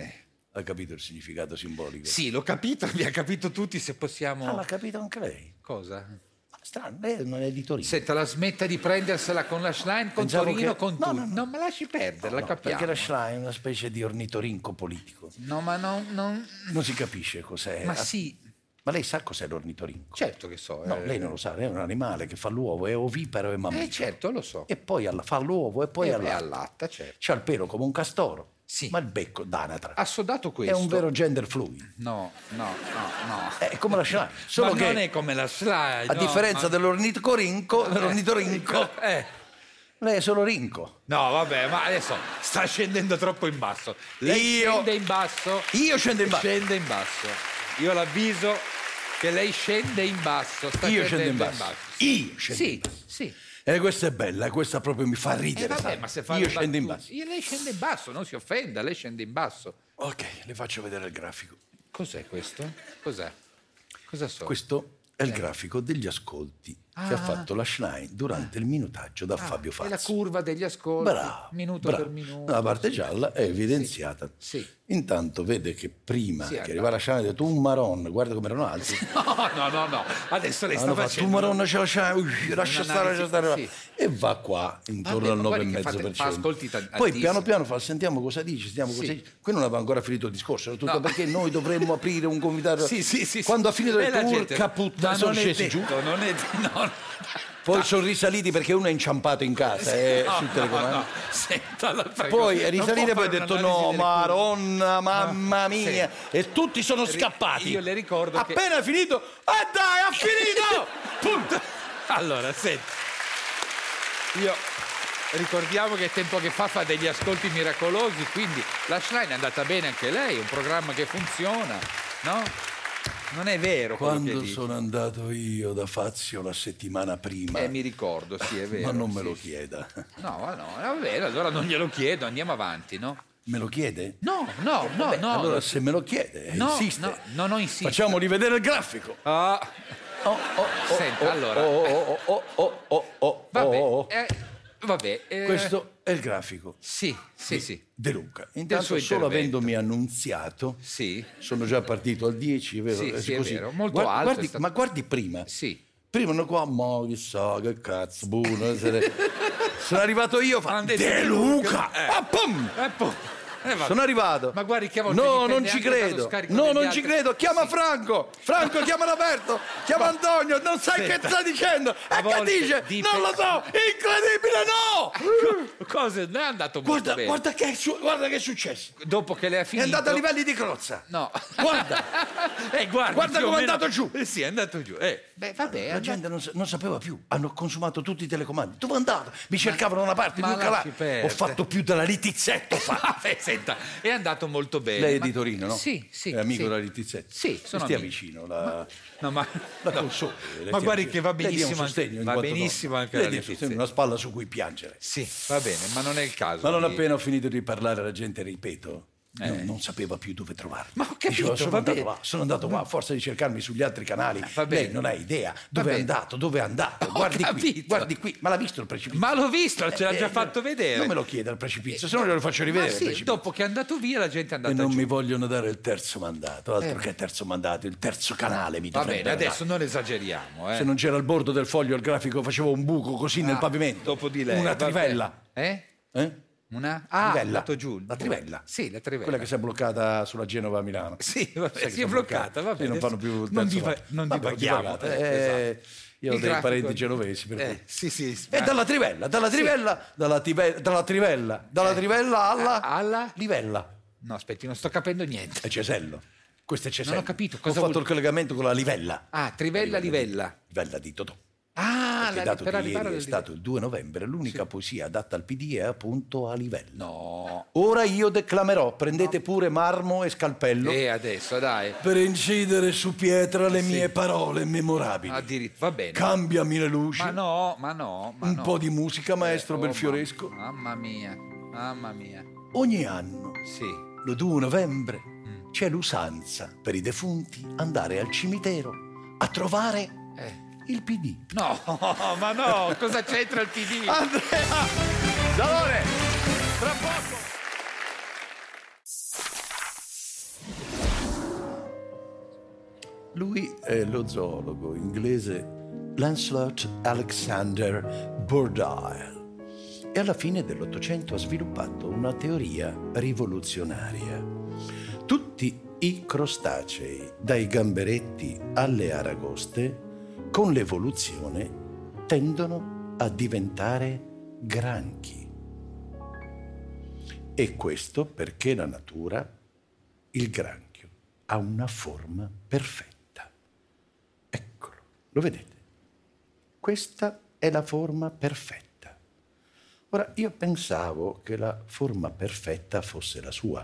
ha capito il significato simbolico? Sì, l'ho capito, abbiamo capito tutti, se possiamo... Ah, l'ha capito anche lei? Cosa? Strano, lei non è di Torino. Senta, la smetta di prendersela con la Schlein, con Pensavo Torino, che- con no, tutti. no, no. Non me lasci perdere, la No, capiamo. perché la Schlein è una specie di ornitorinco politico. No, ma non... Non, non si capisce cos'è. Ma sì. Ma lei sa cos'è l'ornitorinco? Certo che so. No, eh. lei non lo sa, è un animale che fa l'uovo, è oviparo e mammifero. Eh, certo, lo so. E poi alla- fa l'uovo e poi E- e allatta. allatta, certo. C'ha il pelo come un castoro, Sì. ma il becco d'anatra. Assodato questo. È un vero gender fluid. No, no, no, no. È come la Schlein, solo ma che non è come la Schlein. a no, differenza ma- dell'ornitorinco, dell'ornitorinco, Eh. lei è solo rinco. No, vabbè, ma adesso sta scendendo troppo in basso. Lei Io- scende in basso. Io scendo in basso. Scende in basso. Io l'avviso che lei scende in basso. Sta Io scendo in scendendo basso. Io scendo Sì, in basso. sì. E questa è bella, questa proprio mi fa Eh, ridere. vabbè, sai? ma se fa Io le scendo in battute- basso. Io- Lei scende in basso, non si offenda, lei scende in basso. Ok, le faccio vedere il grafico. Cos'è questo? Cos'è? Cosa so? Questo è il grafico degli ascolti che Ah. ha fatto la Schlein durante il minutaggio da Fabio È Fazio. la curva degli ascolti, Bravo, minuto bravo. per minuto. La parte gialla è evidenziata. Sì. Intanto vede che prima Sì, che andava. arriva la Schlein ha detto un maron, guarda come erano alti. No, no, no, no. Adesso lei sta Hanno fatto un facendo... maron, c'è la Schlein, ui, lascia stare, lascia stare. Sì. E va qua intorno Vabbè, al ma nove guardi che virgola cinque per fate- fa cento. ascolti ta- Poi altissimi. piano piano fa, sentiamo cosa dice, sentiamo cosa Sì. dice. Qui non aveva ancora finito il discorso, era tutto No. perché noi dovremmo aprire un comitato. Sì, sì, sì. Quando ha finito E il la tour, gente- caputtana, Ma sono non è scesi giù. detto, non è... No, Poi sono risaliti perché uno è inciampato in casa eh, no, sul no, telecomando. no. Senta, la prego. Poi è Non risalito e può poi ha fare detto un'analisi no, delle curve. maronna, mamma No, mia. sì. E tutti sono Ri- scappati. io le ricordo che- Appena finito, ah dai, ha finito! Punto. Allora, senti, io ricordiamo che tempo che fa fa degli ascolti miracolosi, quindi la Schlein è andata bene anche lei, è un programma che funziona, no? Non è vero quello che Quando dici. sono andato io da Fazio la settimana prima, Eh, mi ricordo, sì, è vero. ma non me sì, lo sì. chieda. No, ma no, va bene, allora non glielo chiedo, andiamo avanti, no? Me lo chiede? No, no, no, Vabbè, no. allora se me lo chiede, No, insiste. no, no, no, insiste. Facciamo rivedere il grafico. Ah, Oh, oh, oh, Senta, oh, allora. Oh, oh, oh, oh, oh, oh, vabbè, oh, oh. eh, vabbè. eh, Questo è il grafico. Sì, sì, sì. De Luca. Del Intanto, suo solo intervento. avendomi annunziato, Sì. sono già partito al dieci, è vero? Sì, È sì, è così. vero, molto Guardi- alto guardi- è stato. Ma guardi prima. Sì. Prima uno qua, ma chissà che cazzo, buono. essere- Sono arrivato io, fa Ande De De Luca! Luca, eh. Ah, pum! Eh, poi- eh, vabbè. Sono arrivato. Ma guardi che a volte No, dipende non ci anche dallo credo. scarico No, degli non altri. ci credo. Chiama Franco. Franco, chiama Roberto. Chiama Antonio. Non sai Senta. che sta dicendo. A E che volte dice? dipende- Non lo so. Incredibile, no! Cosa? Non è andato molto Guarda, bene. guarda, che è, su- guarda che è successo. Dopo che lei ha È finito... andato a livelli di crozza. No. Guarda. Eh, guardi, Guarda più o come è meno- andato giù. Eh, sì, è andato giù. Eh, beh, vabbè. La gente non, sa- non sapeva più, hanno consumato tutti i telecomandi. Dove è andato? Mi cercavano una parte, ma due calà. lasci perdere. Ho fatto più della Litizzetto. ho fatto. Vabbè, senta, è andato molto bene. Lei è ma- di Torino, no? Sì, sì. È amico sì. della Litizzetto. Sì, sono Stia amico. vicino. La, No, ma... la no. console. Ma guardi che va Lei dia un benissimo sostegno anche, in va quanto benissimo donna. anche Lei la dia un Letizia. sostegno, una spalla su cui piangere. Sì, va bene, ma non è il caso. Ma non di- appena ho finito di parlare la gente, ripeto, Eh. non, non sapeva più dove trovarmi. Ma ho capito, Diceva, sono va andato bene. là, sono andato qua, a forza di cercarmi sugli altri canali. va bene. Lei non ha idea dove è bene. andato, dove è andato. Ho Guardi qui, capito. guardi qui. Ma l'ha visto il precipizio? Ma l'ho visto, ce l'ha Eh, già eh, fatto vedere. Non me lo chiede il precipizio, se no glielo faccio rivedere. Ma il sì, precipizio. dopo che è andato via la gente è andata E non giù. mi vogliono dare il terzo mandato, altro Eh. che terzo mandato, il terzo canale mi Va dovrebbe bene, dare. adesso non esageriamo. Eh. Se non c'era al bordo del foglio il grafico facevo un buco così nel Ah, pavimento. dopo di lei. Una va trivella. bene. Eh? Eh? Una? Ah, Trivella. è andato giù. La trivella. Sì, la trivella. Quella che si è bloccata sulla Genova a Milano. Sì, vabbè, Sai che si si è bloccata, va Sì, bene. non fanno più il Non terzo diva- mandato. non Vabbè, divaghiamo, divagate. eh, Eh, esatto. Io ho Il dei grafico- parenti genovesi, per Eh, cui. sì, sì. E dalla trivella, dalla trivella, dalla, tive- dalla trivella, dalla trivella alla, alla livella. No, aspetti, non sto capendo niente. È cesello. Questo è cesello. Non ho capito, Ho cosa fatto vuol- il collegamento con la livella. Ah, trivella, livella. Livella di Totò. Ah, Perché la, dato per che arrivare ieri è al stato il due novembre, l'unica poesia adatta al P D è appunto a livello. No. Ora io declamerò, prendete pure marmo e scalpello E adesso, dai. per incidere su pietra le Sì. mie parole memorabili. Addirittura, va bene. Cambiami le luci, Ma no, ma no, ma un no. po' di musica, maestro Oh, Belfioresco. Mamma mia, mamma mia. Ogni anno, Sì. lo due novembre, c'è l'usanza per i defunti andare al cimitero a trovare Eh. il P D. No, ma no, cosa c'entra il P D? Andrea Zalone, tra poco. Lui è lo zoologo inglese Lancelot Alexander Burdale e alla fine dell'Ottocento ha sviluppato una teoria rivoluzionaria. Tutti i crostacei, dai gamberetti alle aragoste, con l'evoluzione tendono a diventare granchi. E questo perché la natura, il granchio, ha una forma perfetta. Eccolo, lo vedete? Questa è la forma perfetta. Ora, io pensavo che la forma perfetta fosse la sua.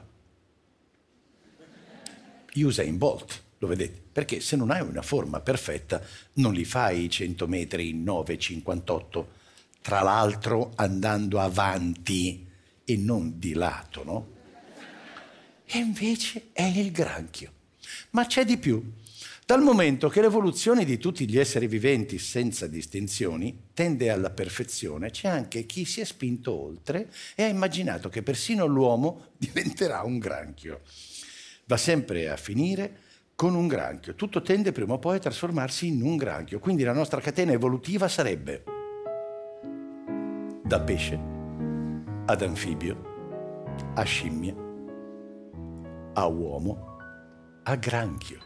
Usain Bolt, lo vedete? Perché se non hai una forma perfetta non li fai i cento metri in nove virgola cinquantotto, tra l'altro andando avanti e non di lato, no? E invece è il granchio. Ma c'è di più. Dal momento che l'evoluzione di tutti gli esseri viventi senza distinzioni tende alla perfezione, c'è anche chi si è spinto oltre e ha immaginato che persino l'uomo diventerà un granchio. Va sempre a finire con un granchio. Tutto tende prima o poi a trasformarsi in un granchio. Quindi la nostra catena evolutiva sarebbe da pesce ad anfibio, a scimmia, a uomo, a granchio.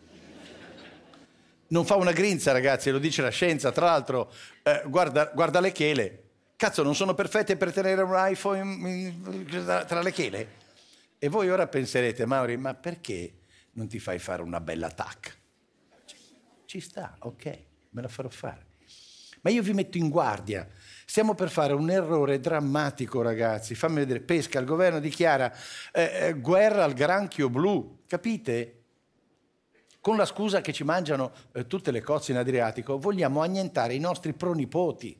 Non fa una grinza, ragazzi, lo dice la scienza. Tra l'altro, eh, guarda, guarda le chele. Cazzo, non sono perfette per tenere un iPhone in, in, tra le chele? E voi ora penserete, Mauri, ma perché non ti fai fare una bella tac? Ci sta, ok, me la farò fare. Ma io vi metto in guardia. Stiamo per fare un errore drammatico, ragazzi. Fammi vedere. Pesca, il governo dichiara eh, eh, guerra al granchio blu. Capite? Con la scusa che ci mangiano eh, tutte le cozze in Adriatico, vogliamo annientare i nostri pronipoti.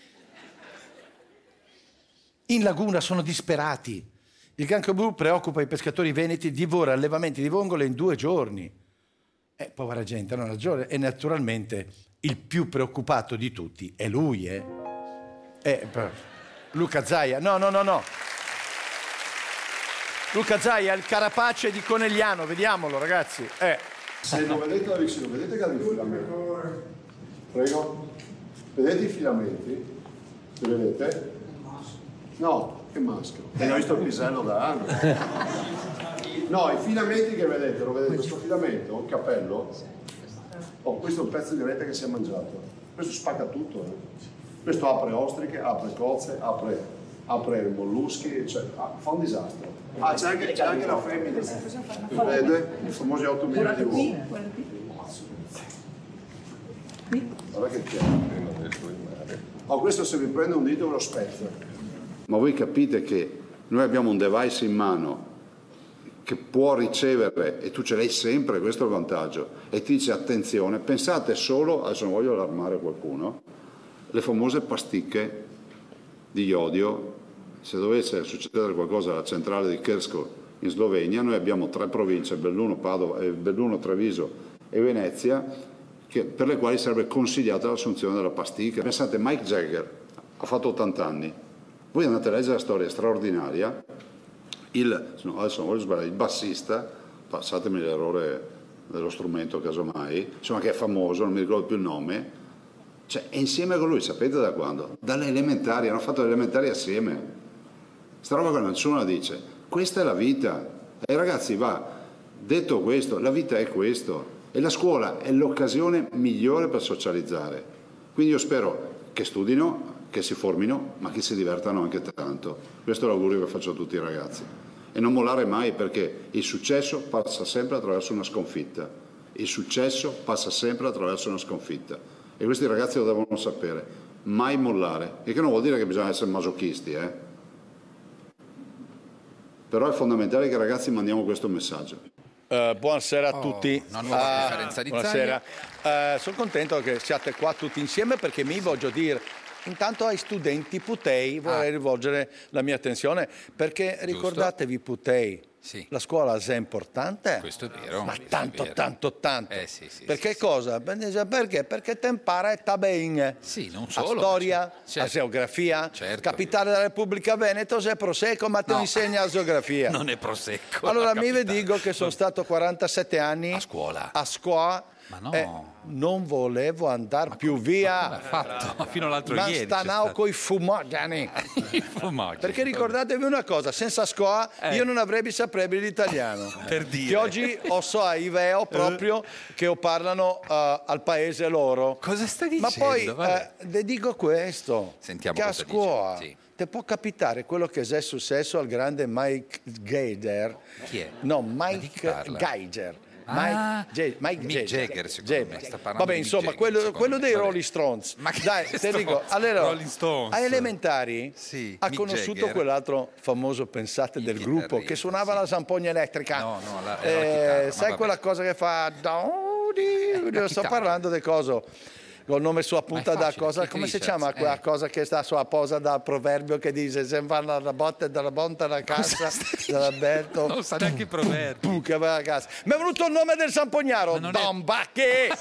In laguna sono disperati. Il granchio blu preoccupa i pescatori veneti, divora allevamenti di vongole in due giorni. Eh, povera gente, non ha ragione. E naturalmente il più preoccupato di tutti è lui, eh? eh Luca Zaia. No, no, no, no. Luca Zaia, il carapace di Conegliano, vediamolo, ragazzi. Eh. Se lo vedete da vicino, vedete che ha dei filamenti? Prego. Vedete i filamenti? Li vedete? No, che maschero. E ho visto il pisello da anni. No, i filamenti che vedete, lo vedete, questo filamento, il capello, oh, questo è un pezzo di rete che si è mangiato. Questo spacca tutto, eh. Questo apre ostriche, apre cozze, apre, apre molluschi, cioè, fa un disastro. Ah, c'è anche, c'è anche la femmina. Vede? I famosi otto milioni di uomini. Guarda che piano. Oh, questo se vi prende un dito ve lo spezza. Ma voi capite che noi abbiamo un device in mano che può ricevere, e tu ce l'hai sempre, questo è il vantaggio, e ti dice attenzione, pensate solo, adesso non voglio allarmare qualcuno, le famose pasticche di iodio. Se dovesse succedere qualcosa alla centrale di Krško in Slovenia, noi abbiamo tre province, Belluno, Padova, eh, Belluno, Treviso e Venezia, che, per le quali sarebbe consigliata l'assunzione della pasticca. Pensate, Mike Jagger ha fatto ottanta anni, voi andate a leggere la storia straordinaria, il, no, adesso non voglio sbagliare, il bassista, passatemi l'errore dello strumento casomai, insomma che è famoso, non mi ricordo più il nome, cioè è insieme con lui, sapete da quando? Dalle elementari, hanno fatto le elementari assieme. Sta roba che nessuno la dice. Questa è la vita. E ragazzi, va, detto questo, la vita è questo. E la scuola è l'occasione migliore per socializzare. Quindi io spero che studino, che si formino, ma che si divertano anche tanto. Questo è l'augurio che faccio a tutti i ragazzi. E non mollare mai, perché il successo passa sempre attraverso una sconfitta. Il successo passa sempre attraverso una sconfitta. E questi ragazzi lo devono sapere. Mai mollare. E che non vuol dire che bisogna essere masochisti, eh? Però è fondamentale che ai ragazzi mandiamo questo messaggio. Uh, buonasera a Oh, tutti. una nuova Uh, conferenza di buonasera. Uh, sono contento che siate qua tutti insieme perché mi voglio dire, intanto ai studenti Putei vorrei rivolgere la mia attenzione perché ricordatevi Putei, Sì. la scuola è importante. Questo è vero. Ma questo tanto, è vero. tanto, tanto. Eh, sì, sì, perché sì, cosa? Perché? Perché te impara e sta bene. Sì, non A solo. storia, certo. a geografia, Certo. capitale della Repubblica Veneto, se è Prosecco, ma te No. lo insegna la geografia. Non è Prosecco. Allora la mi vi capitale. dico che sono stato quarantasette anni A scuola. a scuola Ma no. Eh, non volevo andare più via. Ma fatto? Fino all'altro Ma ieri. stanao coi fumogeni. I fumogeni. Perché ricordatevi una cosa, senza scoa Eh. io non avrei saputo l'italiano. Per dire. Che oggi ho so a Iveo proprio che parlano uh, al paese loro. Cosa stai Ma dicendo? poi Vabbè. uh, le dico questo. Sentiamo che a cosa scuola dice. Sì. ti può capitare quello che è successo al grande Mike Geiger. Chi è? No, Ma di chi Mike parla? Geiger. Ah, Mike, Ge- Mike Mick Jagger. Jagger, secondo me, sta parlando Vabbè, di insomma, Mick quello, Jagger, quello secondo dei me. Rolling Stones. Ma che Dai, te Stones? dico, allora, Rolling Stones. a elementari Sì, ha Mick conosciuto Jagger. quell'altro famoso, pensate, del gruppo chitarrista, che suonava la zampogna elettrica. No, no, la- Eh, era la chitarra, ma sai vabbè. quella cosa che fa... Sto chitarra. parlando di cosa? Col nome sulla punta Ma è da facile, cosa, Keith come si Richards, chiama quella eh. cosa che sta sulla posa da proverbio che dice se vanno alla botte dalla bonta alla cassa dall'Alberto Non sa neanche i proverbi. Pum, che va a casa. Mi è venuto il nome del sampognaro, non è- Don Bacchi.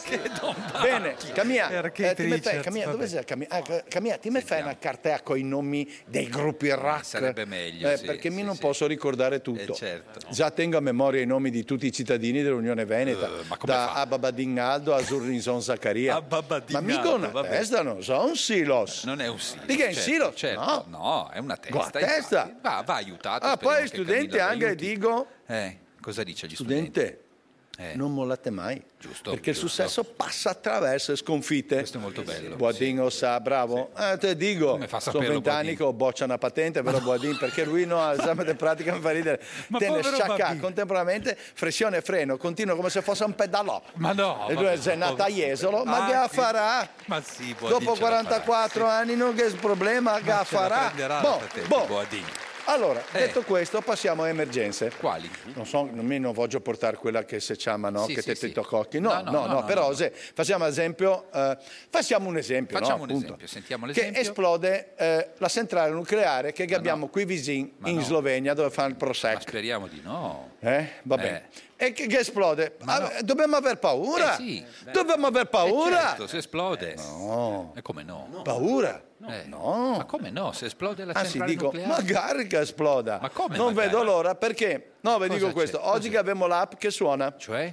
Bene, Camia, Era eh, Keith ti me fai, Richards, Camia, vabbè. dove sei? Camia, ah, Camia, ti mi fai una cartea con i nomi dei gruppi rock? Sarebbe meglio, Eh, sì, perché mi sì, non sì. posso ricordare tutto. Eh, certo. Già tengo a memoria i nomi di tutti i cittadini dell'Unione Veneta, Eh, ma come da fa? Ababadin Aldo a Zurrinson Zaccaria. Ababadin Ma mica Aldo, una vabbè. testa, non so, un silos. Non è un silos. Di che è un certo, silos? certo. No. No, è una testa. Con la testa. infatti. Va, va aiutato. Ah, speriamo poi che studenti Camilla lo anche, aiuti. dico, Eh, cosa dice agli studenti? studente, Eh. non mollate mai. Giusto, Perché giusto. il successo passa attraverso le sconfitte. Questo è molto bello. Boadin lo sa, bravo. Eh, te dico, Come fa a sono saperlo vent'anni Boadin? che ho boccia una patente, però Boadin, perché lui no, all'esame di pratica mi fa ridere. Ma Te ne povero sciacca Boadin. contemporaneamente, flessione e freno, continua come se fosse un pedalò. Ma no. E lui vabbè, è nato a Jesolo, ma Ah, che la sì. farà? Ma sì, Boadin Dopo ce la quarantaquattro farà. anni non che problema, che Ma la ce la farà? prenderà Boh, la patente, boh. Boadin. Allora, Eh. detto questo, passiamo a emergenze. Quali? Non so, nemmeno voglio portare quella che si chiama, no? Sì, che sì, te sì. ti cocchi. No, No, no, no, no, no, no, però no. se facciamo esempio, eh, facciamo un esempio, Facciamo no? un Appunto. esempio, sentiamo Che l'esempio. esplode eh, la centrale nucleare che abbiamo qui vicino Ma in no. Slovenia dove fanno il Ma Prosecco. speriamo di no. Eh? Va bene. E che, che esplode? Ma no. Ah, dobbiamo aver paura? Eh sì. Dobbiamo aver paura? Eh certo, se esplode. No. E come no? Paura? Eh, No. Ma come no? Se esplode la Anzi, centrale dico, nucleare. magari che esploda. Ma come Non magari? vedo l'ora perché. No, vi Cosa dico c'è? questo. Cosa Oggi c'è? che abbiamo l'app che suona Cioè?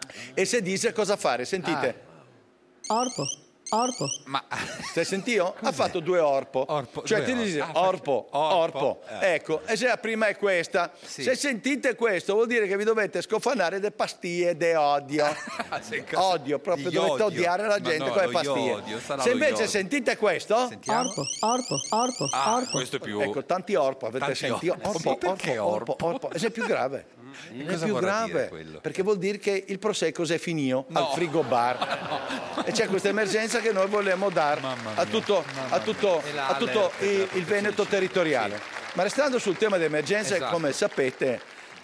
e se dice cosa fare, sentite. Orpo, orpo. Ma Stai sentito? Ha fatto due orpo. Orpo, cioè due ti dice orpo. Ah, orpo, orpo. orpo. Eh. Ecco, e se la prima è questa, Sì. se sentite questo vuol dire che vi dovete scofanare de pastiglie de odio. Sei cosa- Odio, proprio di dovete odio. odiare la Ma gente no, con le lo pastiglie. iodio, sarà se lo invece iodio. sentite questo, Sentiamo. Orpo, orpo, orpo, Ah, orpo. questo è più... ecco, tanti orpo avete Tanti sentito? orpo. Orpo, Sì, perché orpo, orpo? orpo, orpo. E se è più grave. E È cosa più vorrà grave dire quello? perché vuol dire che il prosecco si è finito No. al frigo bar e c'è questa emergenza che noi vogliamo dare Mamma a mia, tutto, mamma a tutto, mia. E la a tutto allerta della il, il protezione Veneto civile. territoriale. Ma restando sul tema di emergenze, Esatto. come sapete,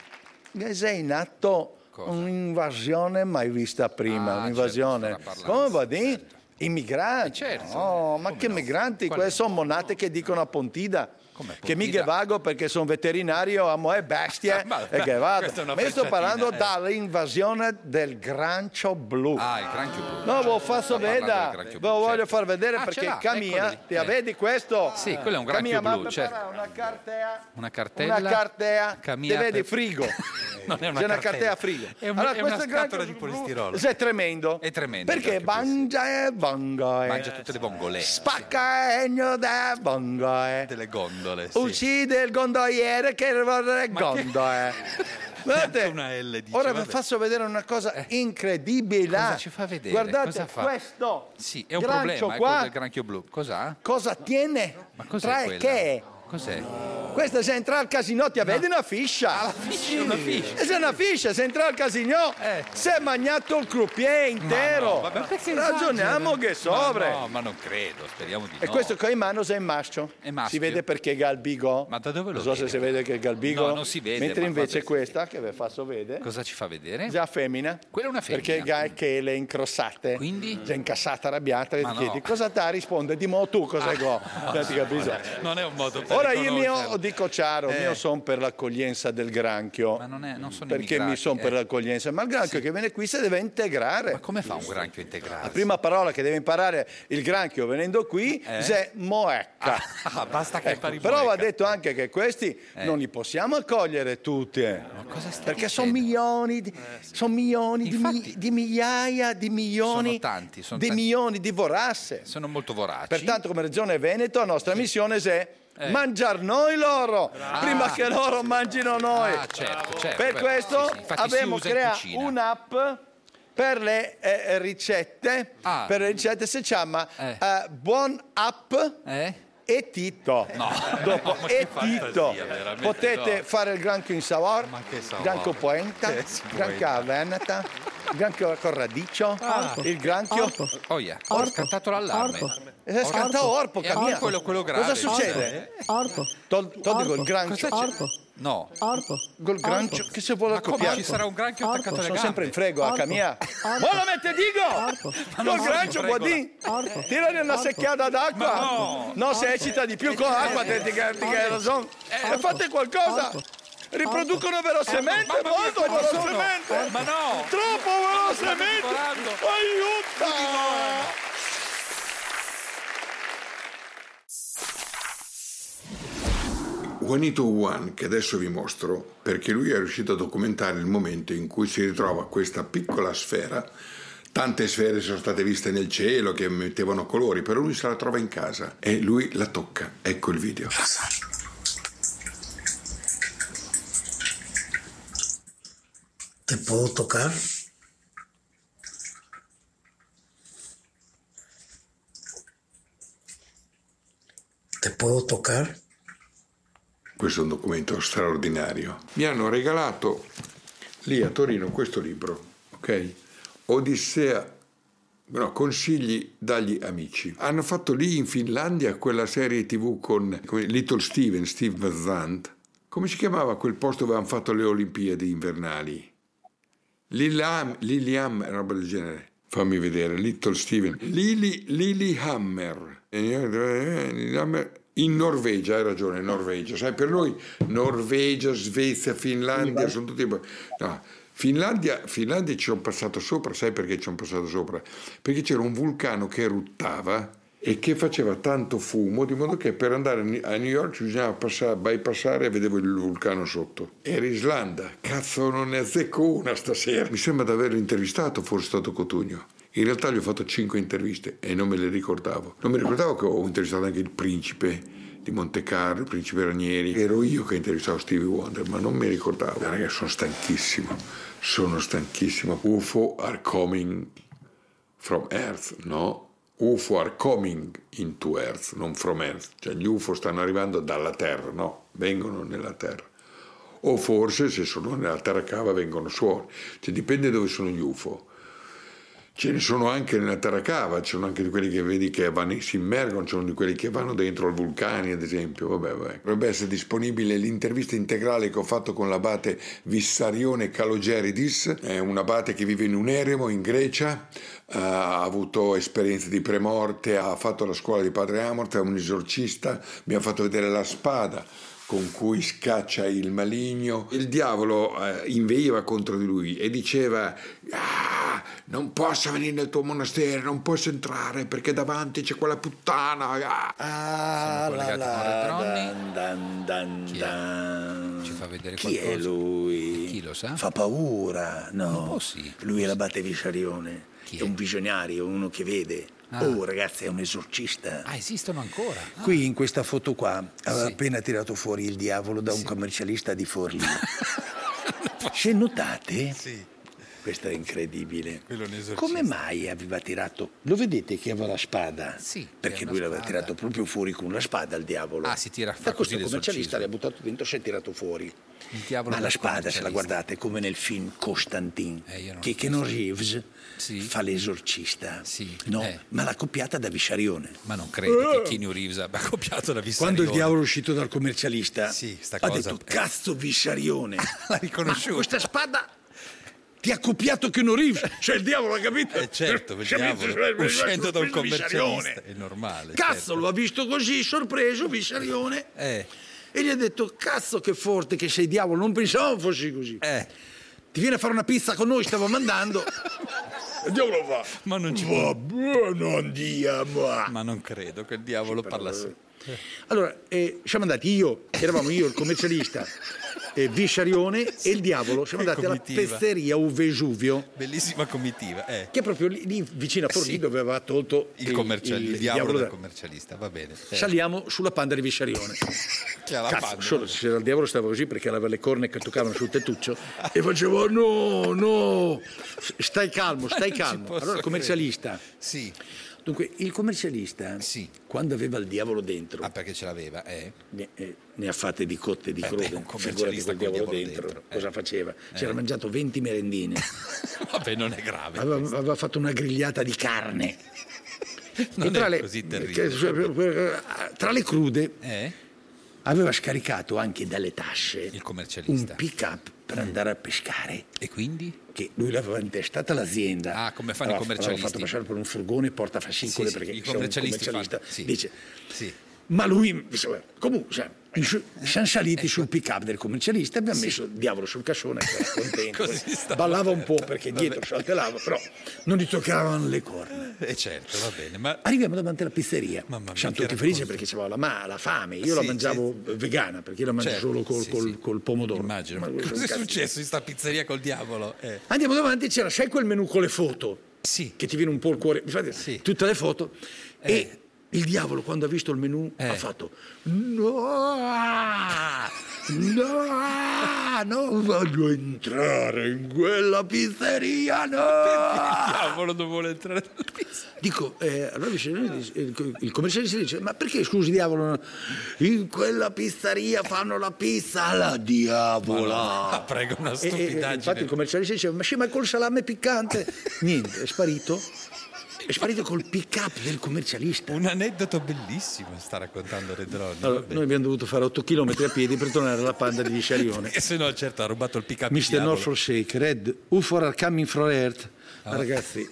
è in atto Cosa? un'invasione mai vista prima, Ah, un'invasione. certo, starà parlando, Come va a dire? I migranti. Eh, certo. No, ma Come che no? migranti? Qual Quelle è? sono monate che dicono a Pontida. Come Che Pontida? mica vago perché sono veterinario, amo e bestie Ma- e che vado. questa è una Ma io sto frecciatina, parlando eh. dall'invasione del grancio blu. Ah, il granchio blu. No, ve lo faccio Sta parlando vedere, del ve granchio lo blu, voglio certo. far vedere Ah, ce perché l'ha, Camia, eccolo lì. ti Eh. vedi questo? Sì, quello è un Camia, granchio ma blu, prepara certo. una cartea, Una cartella. una cartea, Camia ti vedi per- frigo. Non è una C'è una cartella. cartea frigo. È, un- Allora, è questo una è il granchio scatola di blu. polistirolo. È tremendo. È tremendo. il Perché granchio blu, mangia e bongoe. Mangia tutte le vongole. Spacca egno da bongoe. Delle gondole. Sì. Uccide il gondoliere che vorrei Ma che- gondoe. Guardate, Neanche una L dice, ora vi vabbè. faccio vedere una cosa incredibile. Cosa ci fa vedere? Guardate Cosa fa? questo. Sì, è un granchio problema, è qua. quello del granchio blu. Cos'ha? Cosa tiene? Ma cos'è Tra quella? che? Cos'è? Questa se entra al casino ti vedi una fiscia. Ah, la fiscia, una fiscia. E se una fiscia, se entra al casino, Eh. si è mangiato il croupier intero. Ma no, vabbè, perché Ragioniamo esagera? che sopra. Ma no, ma non credo, speriamo di E no. questo con in mano sei maschio. È maschio. Si vede perché Galbigo. Ma da dove lo Non so se vede? si vede che è Galbigo. No, non si vede, Mentre ma invece vabbè. questa, che vi faccio vedere, Cosa ci fa vedere? già femmina. Quella è una femmina. Perché Gai che le incrossate. Quindi? Già incassata, arrabbiata, e Ma ti no. chiedi cosa ti risponde, dimmo tu cosa go. Non ti capisco. Non è un modo per Ora io mi ho riconoscerlo. dico chiaro, Eh. io sono per l'accoglienza del granchio. Ma non, è, non sono Perché immigrati, mi sono eh. per l'accoglienza, ma il granchio Sì. che viene qui si deve integrare. Ma come fa un granchio a integrarsi? La prima parola che deve imparare il granchio venendo qui Eh? è moecca. Ah, basta che Ecco, impari però va moecca. detto anche che questi Eh. non li possiamo accogliere tutti, eh. cosa stai perché sono dicendo? milioni, di, son milioni di, Infatti- mi- di migliaia di milioni, Sono tanti, sono di tanti. milioni di vorasse. Sono molto voraci. Pertanto, come Regione Veneto, la nostra missione è Eh. mangiar noi loro prima che loro mangino noi. Ah, certo, certo. Per Beh, questo sì, sì, infatti si abbiamo usa in creato cucina. un'app per le eh, ricette. Ah. Per le ricette si chiama Eh. eh, Buon App. Eh? E Tito. No. Dopo Ma E che Tito fantasia, veramente, potete no. fare il granchio in saor, Ma che saor? granchio poenta, Che si granchio a veneta, il granchio con radicchio, Ah. il granchio. Oh yeah, ho scattato l'allarme. È scattato orpo, E Camilla. anche quello, quello grave. Cosa succede? Orpo. Tol- Tolgo il granchio. Cosa c'è? Orpo. No. Orpo. Col granchio Orpo. che se vuole Ma come accoppiare. ci sarà un granchio Orpo. attaccato alle Sono gambe? sempre in frego a Orpo. Camilla. Orpo. Buona mette digo! Orpo. Ma non Col sono granchio in può frego, di. Orpo. Tirane una Orpo. secchiata d'acqua. Ma no. No, se eccita di più con l'acqua, te ti ti ragione. E fate qualcosa. Orpo. Riproducono velocemente, Ma- ma- molto ma- ma- ma- velocemente. Ma no. Troppo velocemente. volando. Aiuta! Juanito Juan, che adesso vi mostro, perché lui è riuscito a documentare il momento in cui si ritrova questa piccola sfera. Tante sfere sono state viste nel cielo che mettevano colori, però lui se la trova in casa e lui la tocca. Ecco il video. ¿Te puedo tocar? ¿Te puedo tocar? Questo è un documento straordinario. Mi hanno regalato lì a Torino questo libro, ok? Odissea, no, consigli dagli amici. Hanno fatto lì in Finlandia quella serie tivù con, con Little Steven, Steve Van Zandt. Come si chiamava quel posto dove hanno fatto le Olimpiadi invernali? Lillehammer, Lillehammer, roba del genere. Fammi vedere, Little Steven. Lili, Lillehammer. Lillehammer. In Norvegia, hai ragione, Norvegia. Sai, per noi Norvegia, Svezia, Finlandia sono tutti... No, Finlandia, Finlandia ci sono passato sopra, sai perché ci sono passato sopra? Perché c'era un vulcano che eruttava e che faceva tanto fumo, di modo che per andare a New York bisognava passare, bypassare e vedevo il vulcano sotto. Era Islanda. Cazzo, non ne azzecco una stasera. Mi sembra di averlo intervistato, forse è stato Cotugno. In realtà gli ho fatto cinque interviste e non me le ricordavo. Non mi ricordavo che ho intervistato anche il principe di Monte Carlo, il principe Ranieri. Ero io che intervistavo Stevie Wonder, ma non mi ricordavo. Ragazzi, sono stanchissimo. Sono stanchissimo. U F O are coming from Earth, no? U F O are coming into Earth, non from Earth. Cioè gli U F O stanno arrivando dalla Terra, no? Vengono nella Terra. O forse, se sono nella Terra cava, vengono suoni. Cioè dipende dove sono gli U F O. Ce ne sono anche nella terra cava, ci sono anche di quelli che vedi che vanno, si immergono, ci sono di quelli che vanno dentro al vulcani, ad esempio. Vabbè, vabbè. Dovrebbe essere disponibile l'intervista integrale che ho fatto con l'abate Vissarione Kalogeridis, è un abate che vive in un eremo in Grecia, ha avuto esperienze di premorte, ha fatto la scuola di Padre Amorth, è un esorcista, mi ha fatto vedere la spada con cui scaccia il maligno. Il diavolo eh, inveiva contro di lui e diceva ah, non posso venire nel tuo monastero, non posso entrare perché davanti c'è quella puttana. Ah, ah la, la, dan, dan, Chi dan. Ci fa vedere Chi qualcosa? è lui? Chi lo sa? Fa paura, no? Un po' sì. Lui è l'abate Vissarione, è? è un visionario, uno che vede. Ah. Oh ragazzi, è un esorcista. Ah, esistono ancora? Ah. Qui in questa foto qua aveva Sì. appena tirato fuori il diavolo da un Sì. commercialista di Forlì. Se notate, Sì. questo è incredibile. Quello è un esorcista. Come mai aveva tirato? Lo vedete che aveva la spada? Sì. Perché lui l'aveva tirato proprio fuori con la spada il diavolo. Ah, si tira fa Da così questo commercialista l'esorcismo. l'ha buttato dentro, si è tirato fuori. Il diavolo Ma la del spada, se la commercialista. guardate, come nel film Constantine, Eh, io non che l'ho Keanu visto. Reeves Sì. fa l'esorcista. Sì, No, eh. ma l'ha copiata da Vissarione. Ma non credo che Keanu Reeves abbia copiato la Vissarione. Quando il diavolo è uscito dal commercialista, Sì, sta ha cosa- detto cazzo Vissarione. L'ha riconosciuto. Ma questa spada ti ha copiato Keanu Reeves. Cioè il diavolo, ha capito? Eh certo, il Ci ha diavolo, messo- uscendo da un preso Vissarione. commercialista, è normale. Cazzo, certo. lo ha visto così, sorpreso, Vissarione. Eh. E gli ha ha detto, cazzo che forte che sei, diavolo, non pensavo fossi così. Eh. Ti viene a fare una pizza con noi, stavo mandando. Il diavolo fa. Ma non ci Va bene, andiamo. Ma non credo che il diavolo Sì, parlasse. Allora, eh, siamo andati io, eravamo io, il commercialista, eh, Visciarione e il diavolo, siamo Che andati comitiva. alla pezzeria U Vesuvio. Bellissima comitiva, eh. Che è proprio lì, lì vicino a Forlì, Sì. dove aveva tolto Il, commercial- il, diavolo, del da- commercialista, va bene. Eh. Saliamo sulla panda di Visciarione. C'è la Cazzo, panda. solo c'era il diavolo, stava così perché aveva le corna che toccavano sul tettuccio e facevo no, no, stai calmo, stai non ci calmo. posso Allora il commercialista. Sì. Dunque, il commercialista, quando aveva il diavolo dentro, Ah, perché ce l'aveva, eh? ne, eh, ne ha fatte di cotte e di Eh, crude. beh, un Figurati commercialista col col diavolo diavolo dentro, dentro, cosa eh. faceva? Si era Eh. mangiato venti merendine, Vabbè, non è grave. aveva, aveva fatto una grigliata di carne. Non E tra è le, così che- terribile. tra le crude Eh? aveva scaricato anche dalle tasce Il un commercialista. pick-up per andare a pescare. E quindi? Che lui l'aveva intestata l'azienda. Ah, come fanno i Aveva- commercialisti. Aveva fatto passare per un furgone portafascicole Sì, sì, perché i c'è un commercialisti commercialista fanno- sì. dice Sì. ma lui insomma, comunque cioè, su- siamo saliti sul pick-up del commercialista e abbiamo messo il diavolo sul cascione che era contento. Così sta- Ballava un po' perché dietro saltellava, però non gli toccavano le corna. Eh certo, va bene, ma Arriviamo davanti alla pizzeria. Mamma mia, Siamo che tutti felici racconto. perché c'aveva la, ma- la fame. Io la Sì, mangiavo vegana perché io la mangio Certo, solo col, sì, col- sì. col pomodoro. immagino. Ma questo Cosa è cazzo- successo in sta pizzeria col diavolo? Eh. Andiamo davanti, c'era, sai quel menù con le foto? Sì. Che ti viene un po' il cuore, infatti, tutte le foto. Eh. E il diavolo, quando ha visto il menù, ha fatto no, no, non voglio entrare in quella pizzeria, no. Il diavolo non vuole entrare nella pizzeria. Dico, eh, allora dice- il, il commercialista dice, ma perché, scusi diavolo, in quella pizzeria fanno la pizza alla diavola? Ah, prego, una E- e- stupidaggine. infatti il commercialista diceva, ma sì, ma col salame piccante. Niente, è sparito. È sparito col pick-up del commercialista. Un aneddoto bellissimo sta raccontando Redroni. Allora, noi abbiamo dovuto fare otto chilometri a piedi per tornare alla panda di Visciarione. E se no, certo, ha rubato il pick-up. mister diavolo. Norfolk Shake, Red, U F O are coming from Earth. Ah. Ragazzi,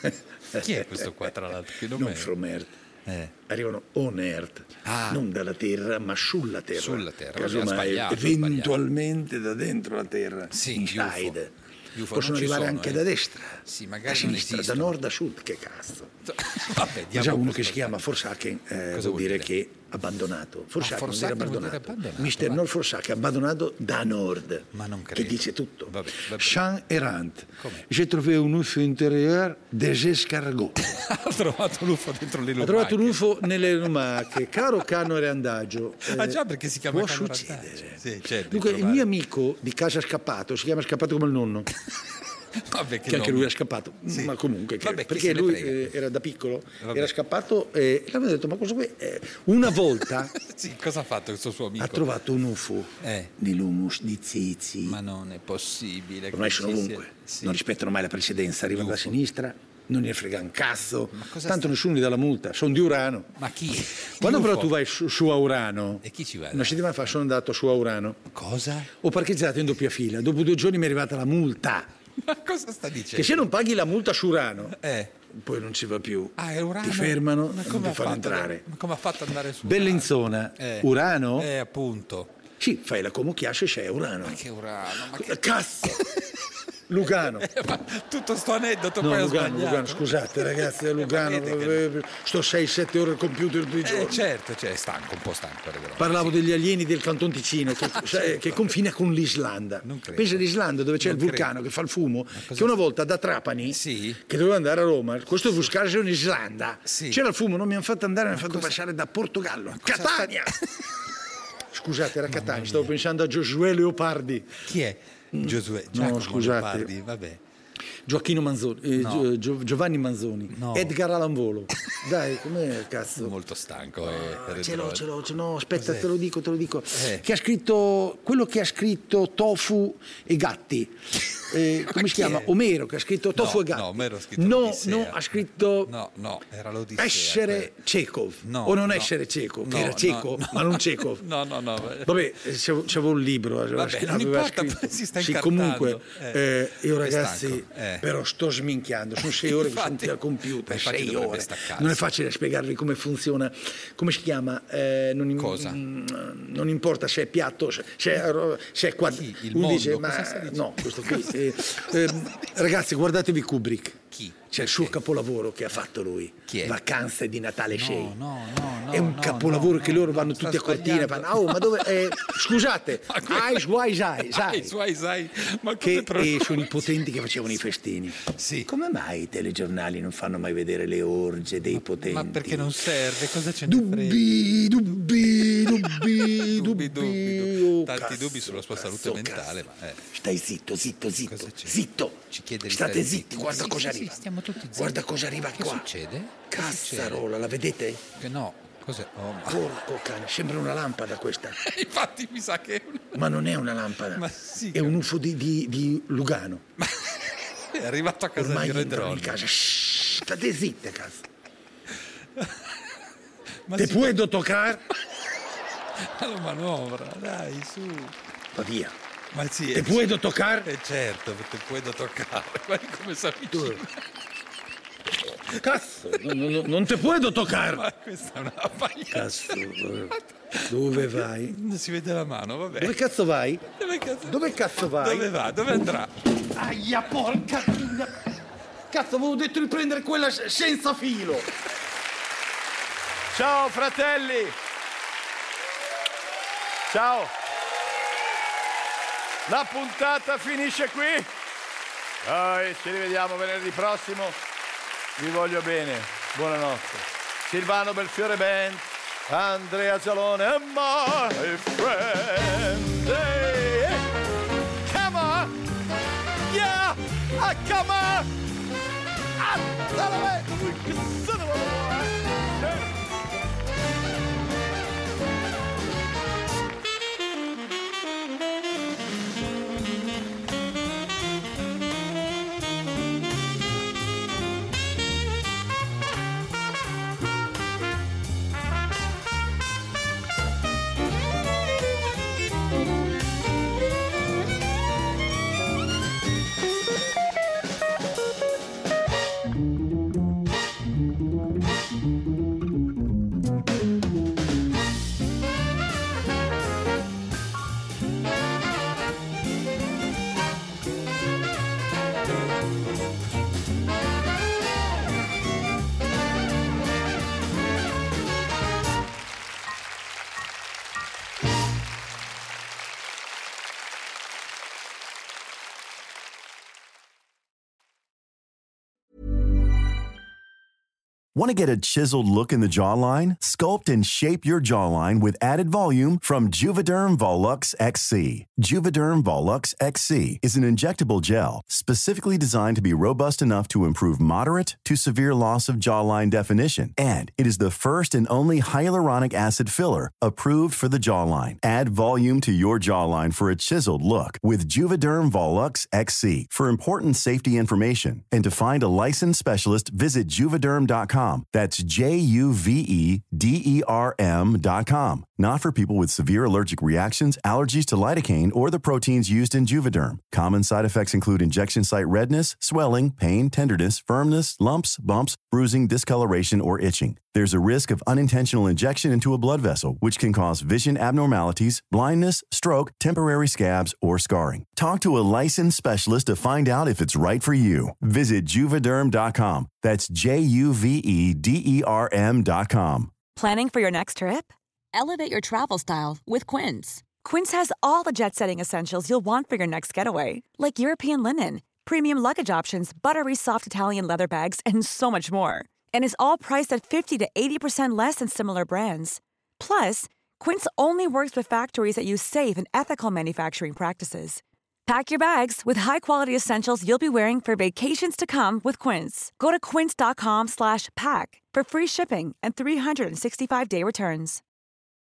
Chi è questo qua, tra l'altro? Che nome non è? from Earth. Eh. Arrivano on Earth, Ah. non dalla Terra, ma sulla Terra. Sulla Terra, Casomai, ha sbagliato, ha eventualmente da dentro la Terra. Sì, inside. Gli U F O Possono non ci arrivare sono, anche eh. da destra, Sì, da magari non sinistra, da esistono. nord a sud. Che cazzo? Vabbè, Già diamo uno per che si scontato. chiama Forsaken eh, Cosa vuol vuol dire dire? che abbandonato. Forsaken vuol dire Forsaken vuol dire abbandonato. abbandonato, mister va. Norfolk Forsaken abbandonato da nord. Ma non che credo. dice tutto. Vabbè, vabbè. Champ errant. Com'è? J'ai trouvé un U F O intérieur des escargots. Ha trovato l'U F O dentro le Ha lumache. trovato un U F O nelle lumache. Caro Cano Randagio. Ah eh, già, perché si chiama può Cano succedere. Randagio. Sì, certo, Dunque, il trovare. mio amico di casa Scappato si chiama Scappato come il nonno. Vabbè, Che anche nome. lui è scappato, Sì. ma comunque che- Vabbè, chi perché se ne lui frega. eh, era da piccolo, Vabbè. era scappato e l'aveva detto ma cosa vuoi? Eh, una volta Sì, cosa ha fatto questo suo amico? ha trovato un U F O Eh. nell'humus di Zizi. Ma non è possibile. Ormai che sono ci sia- ovunque, Sì. non rispettano mai la precedenza, arrivano Gli da U F O. sinistra, non ne frega un cazzo, cosa tanto sta- nessuno gli dà la multa, sono di Urano. Ma chi? Quando Gli però U F O? tu vai su, su a Urano, E chi ci va? una settimana fa sono andato su a Urano, Cosa? ho parcheggiato in doppia fila, dopo due giorni mi è arrivata la multa, Ma cosa sta dicendo? che se non paghi la multa su Urano, Eh. poi non ci va più, Ah, è Urano? ti fermano Ma e non come ti ha fanno fatto? entrare. Ma come ha fatto ad andare su? Bellinzona, Eh. Urano? Eh, appunto. Sì, fai la comucchiascia e c'è Urano. Ma che Urano? Ma che... Cazzo! Lugano. Eh, ma tutto sto aneddoto No, poi ho Lugano, sbagliato. Lugano, scusate ragazzi, è Lugano, vedete che- eh, sto sei sette ore al computer tutti i Eh, giorni. certo, cioè, è stanco, un po' stanco. Redroni. Parlavo degli alieni del Canton Ticino che, sai, che confina con l'Islanda. Non credo. Pensa all'Islanda dove c'è Non il vulcano credo. che fa il fumo, cosa che una volta da Trapani, Sì. che doveva andare a Roma, questo buscarsi in Islanda, Sì. c'era il fumo, non mi hanno fatto andare, mi hanno fatto passare da Portogallo a cosa Catania. Scusate, era Catania, stavo pensando a Giosuè Leopardi. Chi è? Giosuè, No, Giacomo scusate. Leopardi, vabbè. Gioacchino Manzoni, eh, No. Gio- Gio- Giovanni Manzoni, No. Edgar Alanvolo. Dai, com'è cazzo? Molto stanco. eh, Ah, ce Redroni. l'ho, ce l'ho, ce l'ho. Aspetta, Cos'è? te lo dico, te lo dico. Eh. Che ha scritto quello che ha scritto Tofu e Gatti. eh, come si chiama? Omero, che ha scritto Tofu no, e Gatti. No, Omero ha scritto No, l'Odissea. no, ha scritto... No, no, era l'Odissea. Essere Chekhov. No, o non no. essere Chekhov, che No, era Checo, no, no. ma non Chekhov. No, no, no. Vabbè, c'avevo, c'avevo un libro. aveva Vabbè, scritto- non aveva importa, scritto- si sta Sì, incartando. comunque, Eh, eh, io è ragazzi, stanco, eh. però sto sminchiando. Sono sei ore che sono Infatti- al computer, infatti sei dovrebbe ore. staccarsi. Non è facile spiegarvi come funziona, come si chiama. eh, non, im- Cosa? mm, non importa se è piatto, se, se è, se è quad- Chi? Il Uno mondo? dice, Cosa ma stai dicendo? no, questo qui. eh, ehm, ragazzi, guardatevi Kubrick. Chi? C'è il suo capolavoro che ha fatto lui. Chi è? Vacanze di Natale Shea. No, no, no, no. È un no, capolavoro no, che no, loro no, vanno sta tutti a cortina e sbagliando. fanno, oh, ma dove... eh, scusate, Eyes Wise Eye, sai? Eyes Wise Eye, ma Che come pro- eh, sono i potenti che facevano i festini. Sì. Come mai i telegiornali non fanno mai vedere le orge dei potenti? Ma perché non serve? Cosa ce ne frega? Dubbi, dubbi, dubbi, Dubbi, dubbi, oh, Tanti cazzo, dubbi sulla sua salute cazzo, mentale, cazzo. ma eh. Stai zitto, zitto, zitto, Cosa c'è? zitto. Ci chiede di State stare zitti, zitti. guarda Sì, cosa sì, arriva. sì, stiamo tutti zitti. Guarda cosa arriva Che qua. succede? Che Cazzarola, la vedete? Che no, cos'è? Oh, ma... Porco cane, sembra una lampada questa. Infatti mi sa che Ma non è una lampada, Ma sì, è un U F O di, di- di Lugano. è arrivato a casa Ormai di entrano in Redron. casa. Shh, state zitte, cazzo. Ma Te sì, puedo toccare? la manovra, dai, su. Va via. Ma sì, Te eh, puedo toccare? Eh certo, te puedo toccare. Guarda come si avvicina. Cazzo, non, non- non te puedo toccare. Ma questa è una pagliata. Cazzo, eh, dove vai? Non si vede la mano, vabbè. Dove cazzo vai? Dove cazzo, Dove cazzo vai? Dove va? Dove andrà? Aia, porca. Cazzo, avevo detto di prendere quella s- senza filo. Ciao fratelli. Ciao. La puntata finisce qui. Poi ci rivediamo venerdì prossimo. Vi voglio bene. Buonanotte. Silvano Belfiore Band, Andrea Zalone and my friend. Hey, hey. Come on. Yeah. Ah, come on. Ah, Zalone. Want to get a chiseled look in the jawline? Sculpt and shape your jawline with added volume from Juvederm Volux X C. Juvederm Volux X C is an injectable gel specifically designed to be robust enough to improve moderate to severe loss of jawline definition. And it is the first and only hyaluronic acid filler approved for the jawline. Add volume to your jawline for a chiseled look with Juvederm Volux X C. For important safety information and to find a licensed specialist, visit juvederm dot com. That's J U V E D E R M dot com. Not for people with severe allergic reactions, allergies to lidocaine, or the proteins used in Juvederm. Common side effects include injection site redness, swelling, pain, tenderness, firmness, lumps, bumps, bruising, discoloration, or itching. There's a risk of unintentional injection into a blood vessel, which can cause vision abnormalities, blindness, stroke, temporary scabs, or scarring. Talk to a licensed specialist to find out if it's right for you. Visit juvederm dot com. That's J U V E D E R M dot com. Planning for your next trip? Elevate your travel style with Quince. Quince has all the jet-setting essentials you'll want for your next getaway, like European linen, premium luggage options, buttery soft Italian leather bags, and so much more. And is all priced at fifty to eighty percent less than similar brands. Plus, Quince only works with factories that use safe and ethical manufacturing practices. Pack your bags with high-quality essentials you'll be wearing for vacations to come with Quince. Go to quince dot com slash pack for free shipping and three sixty-five day returns.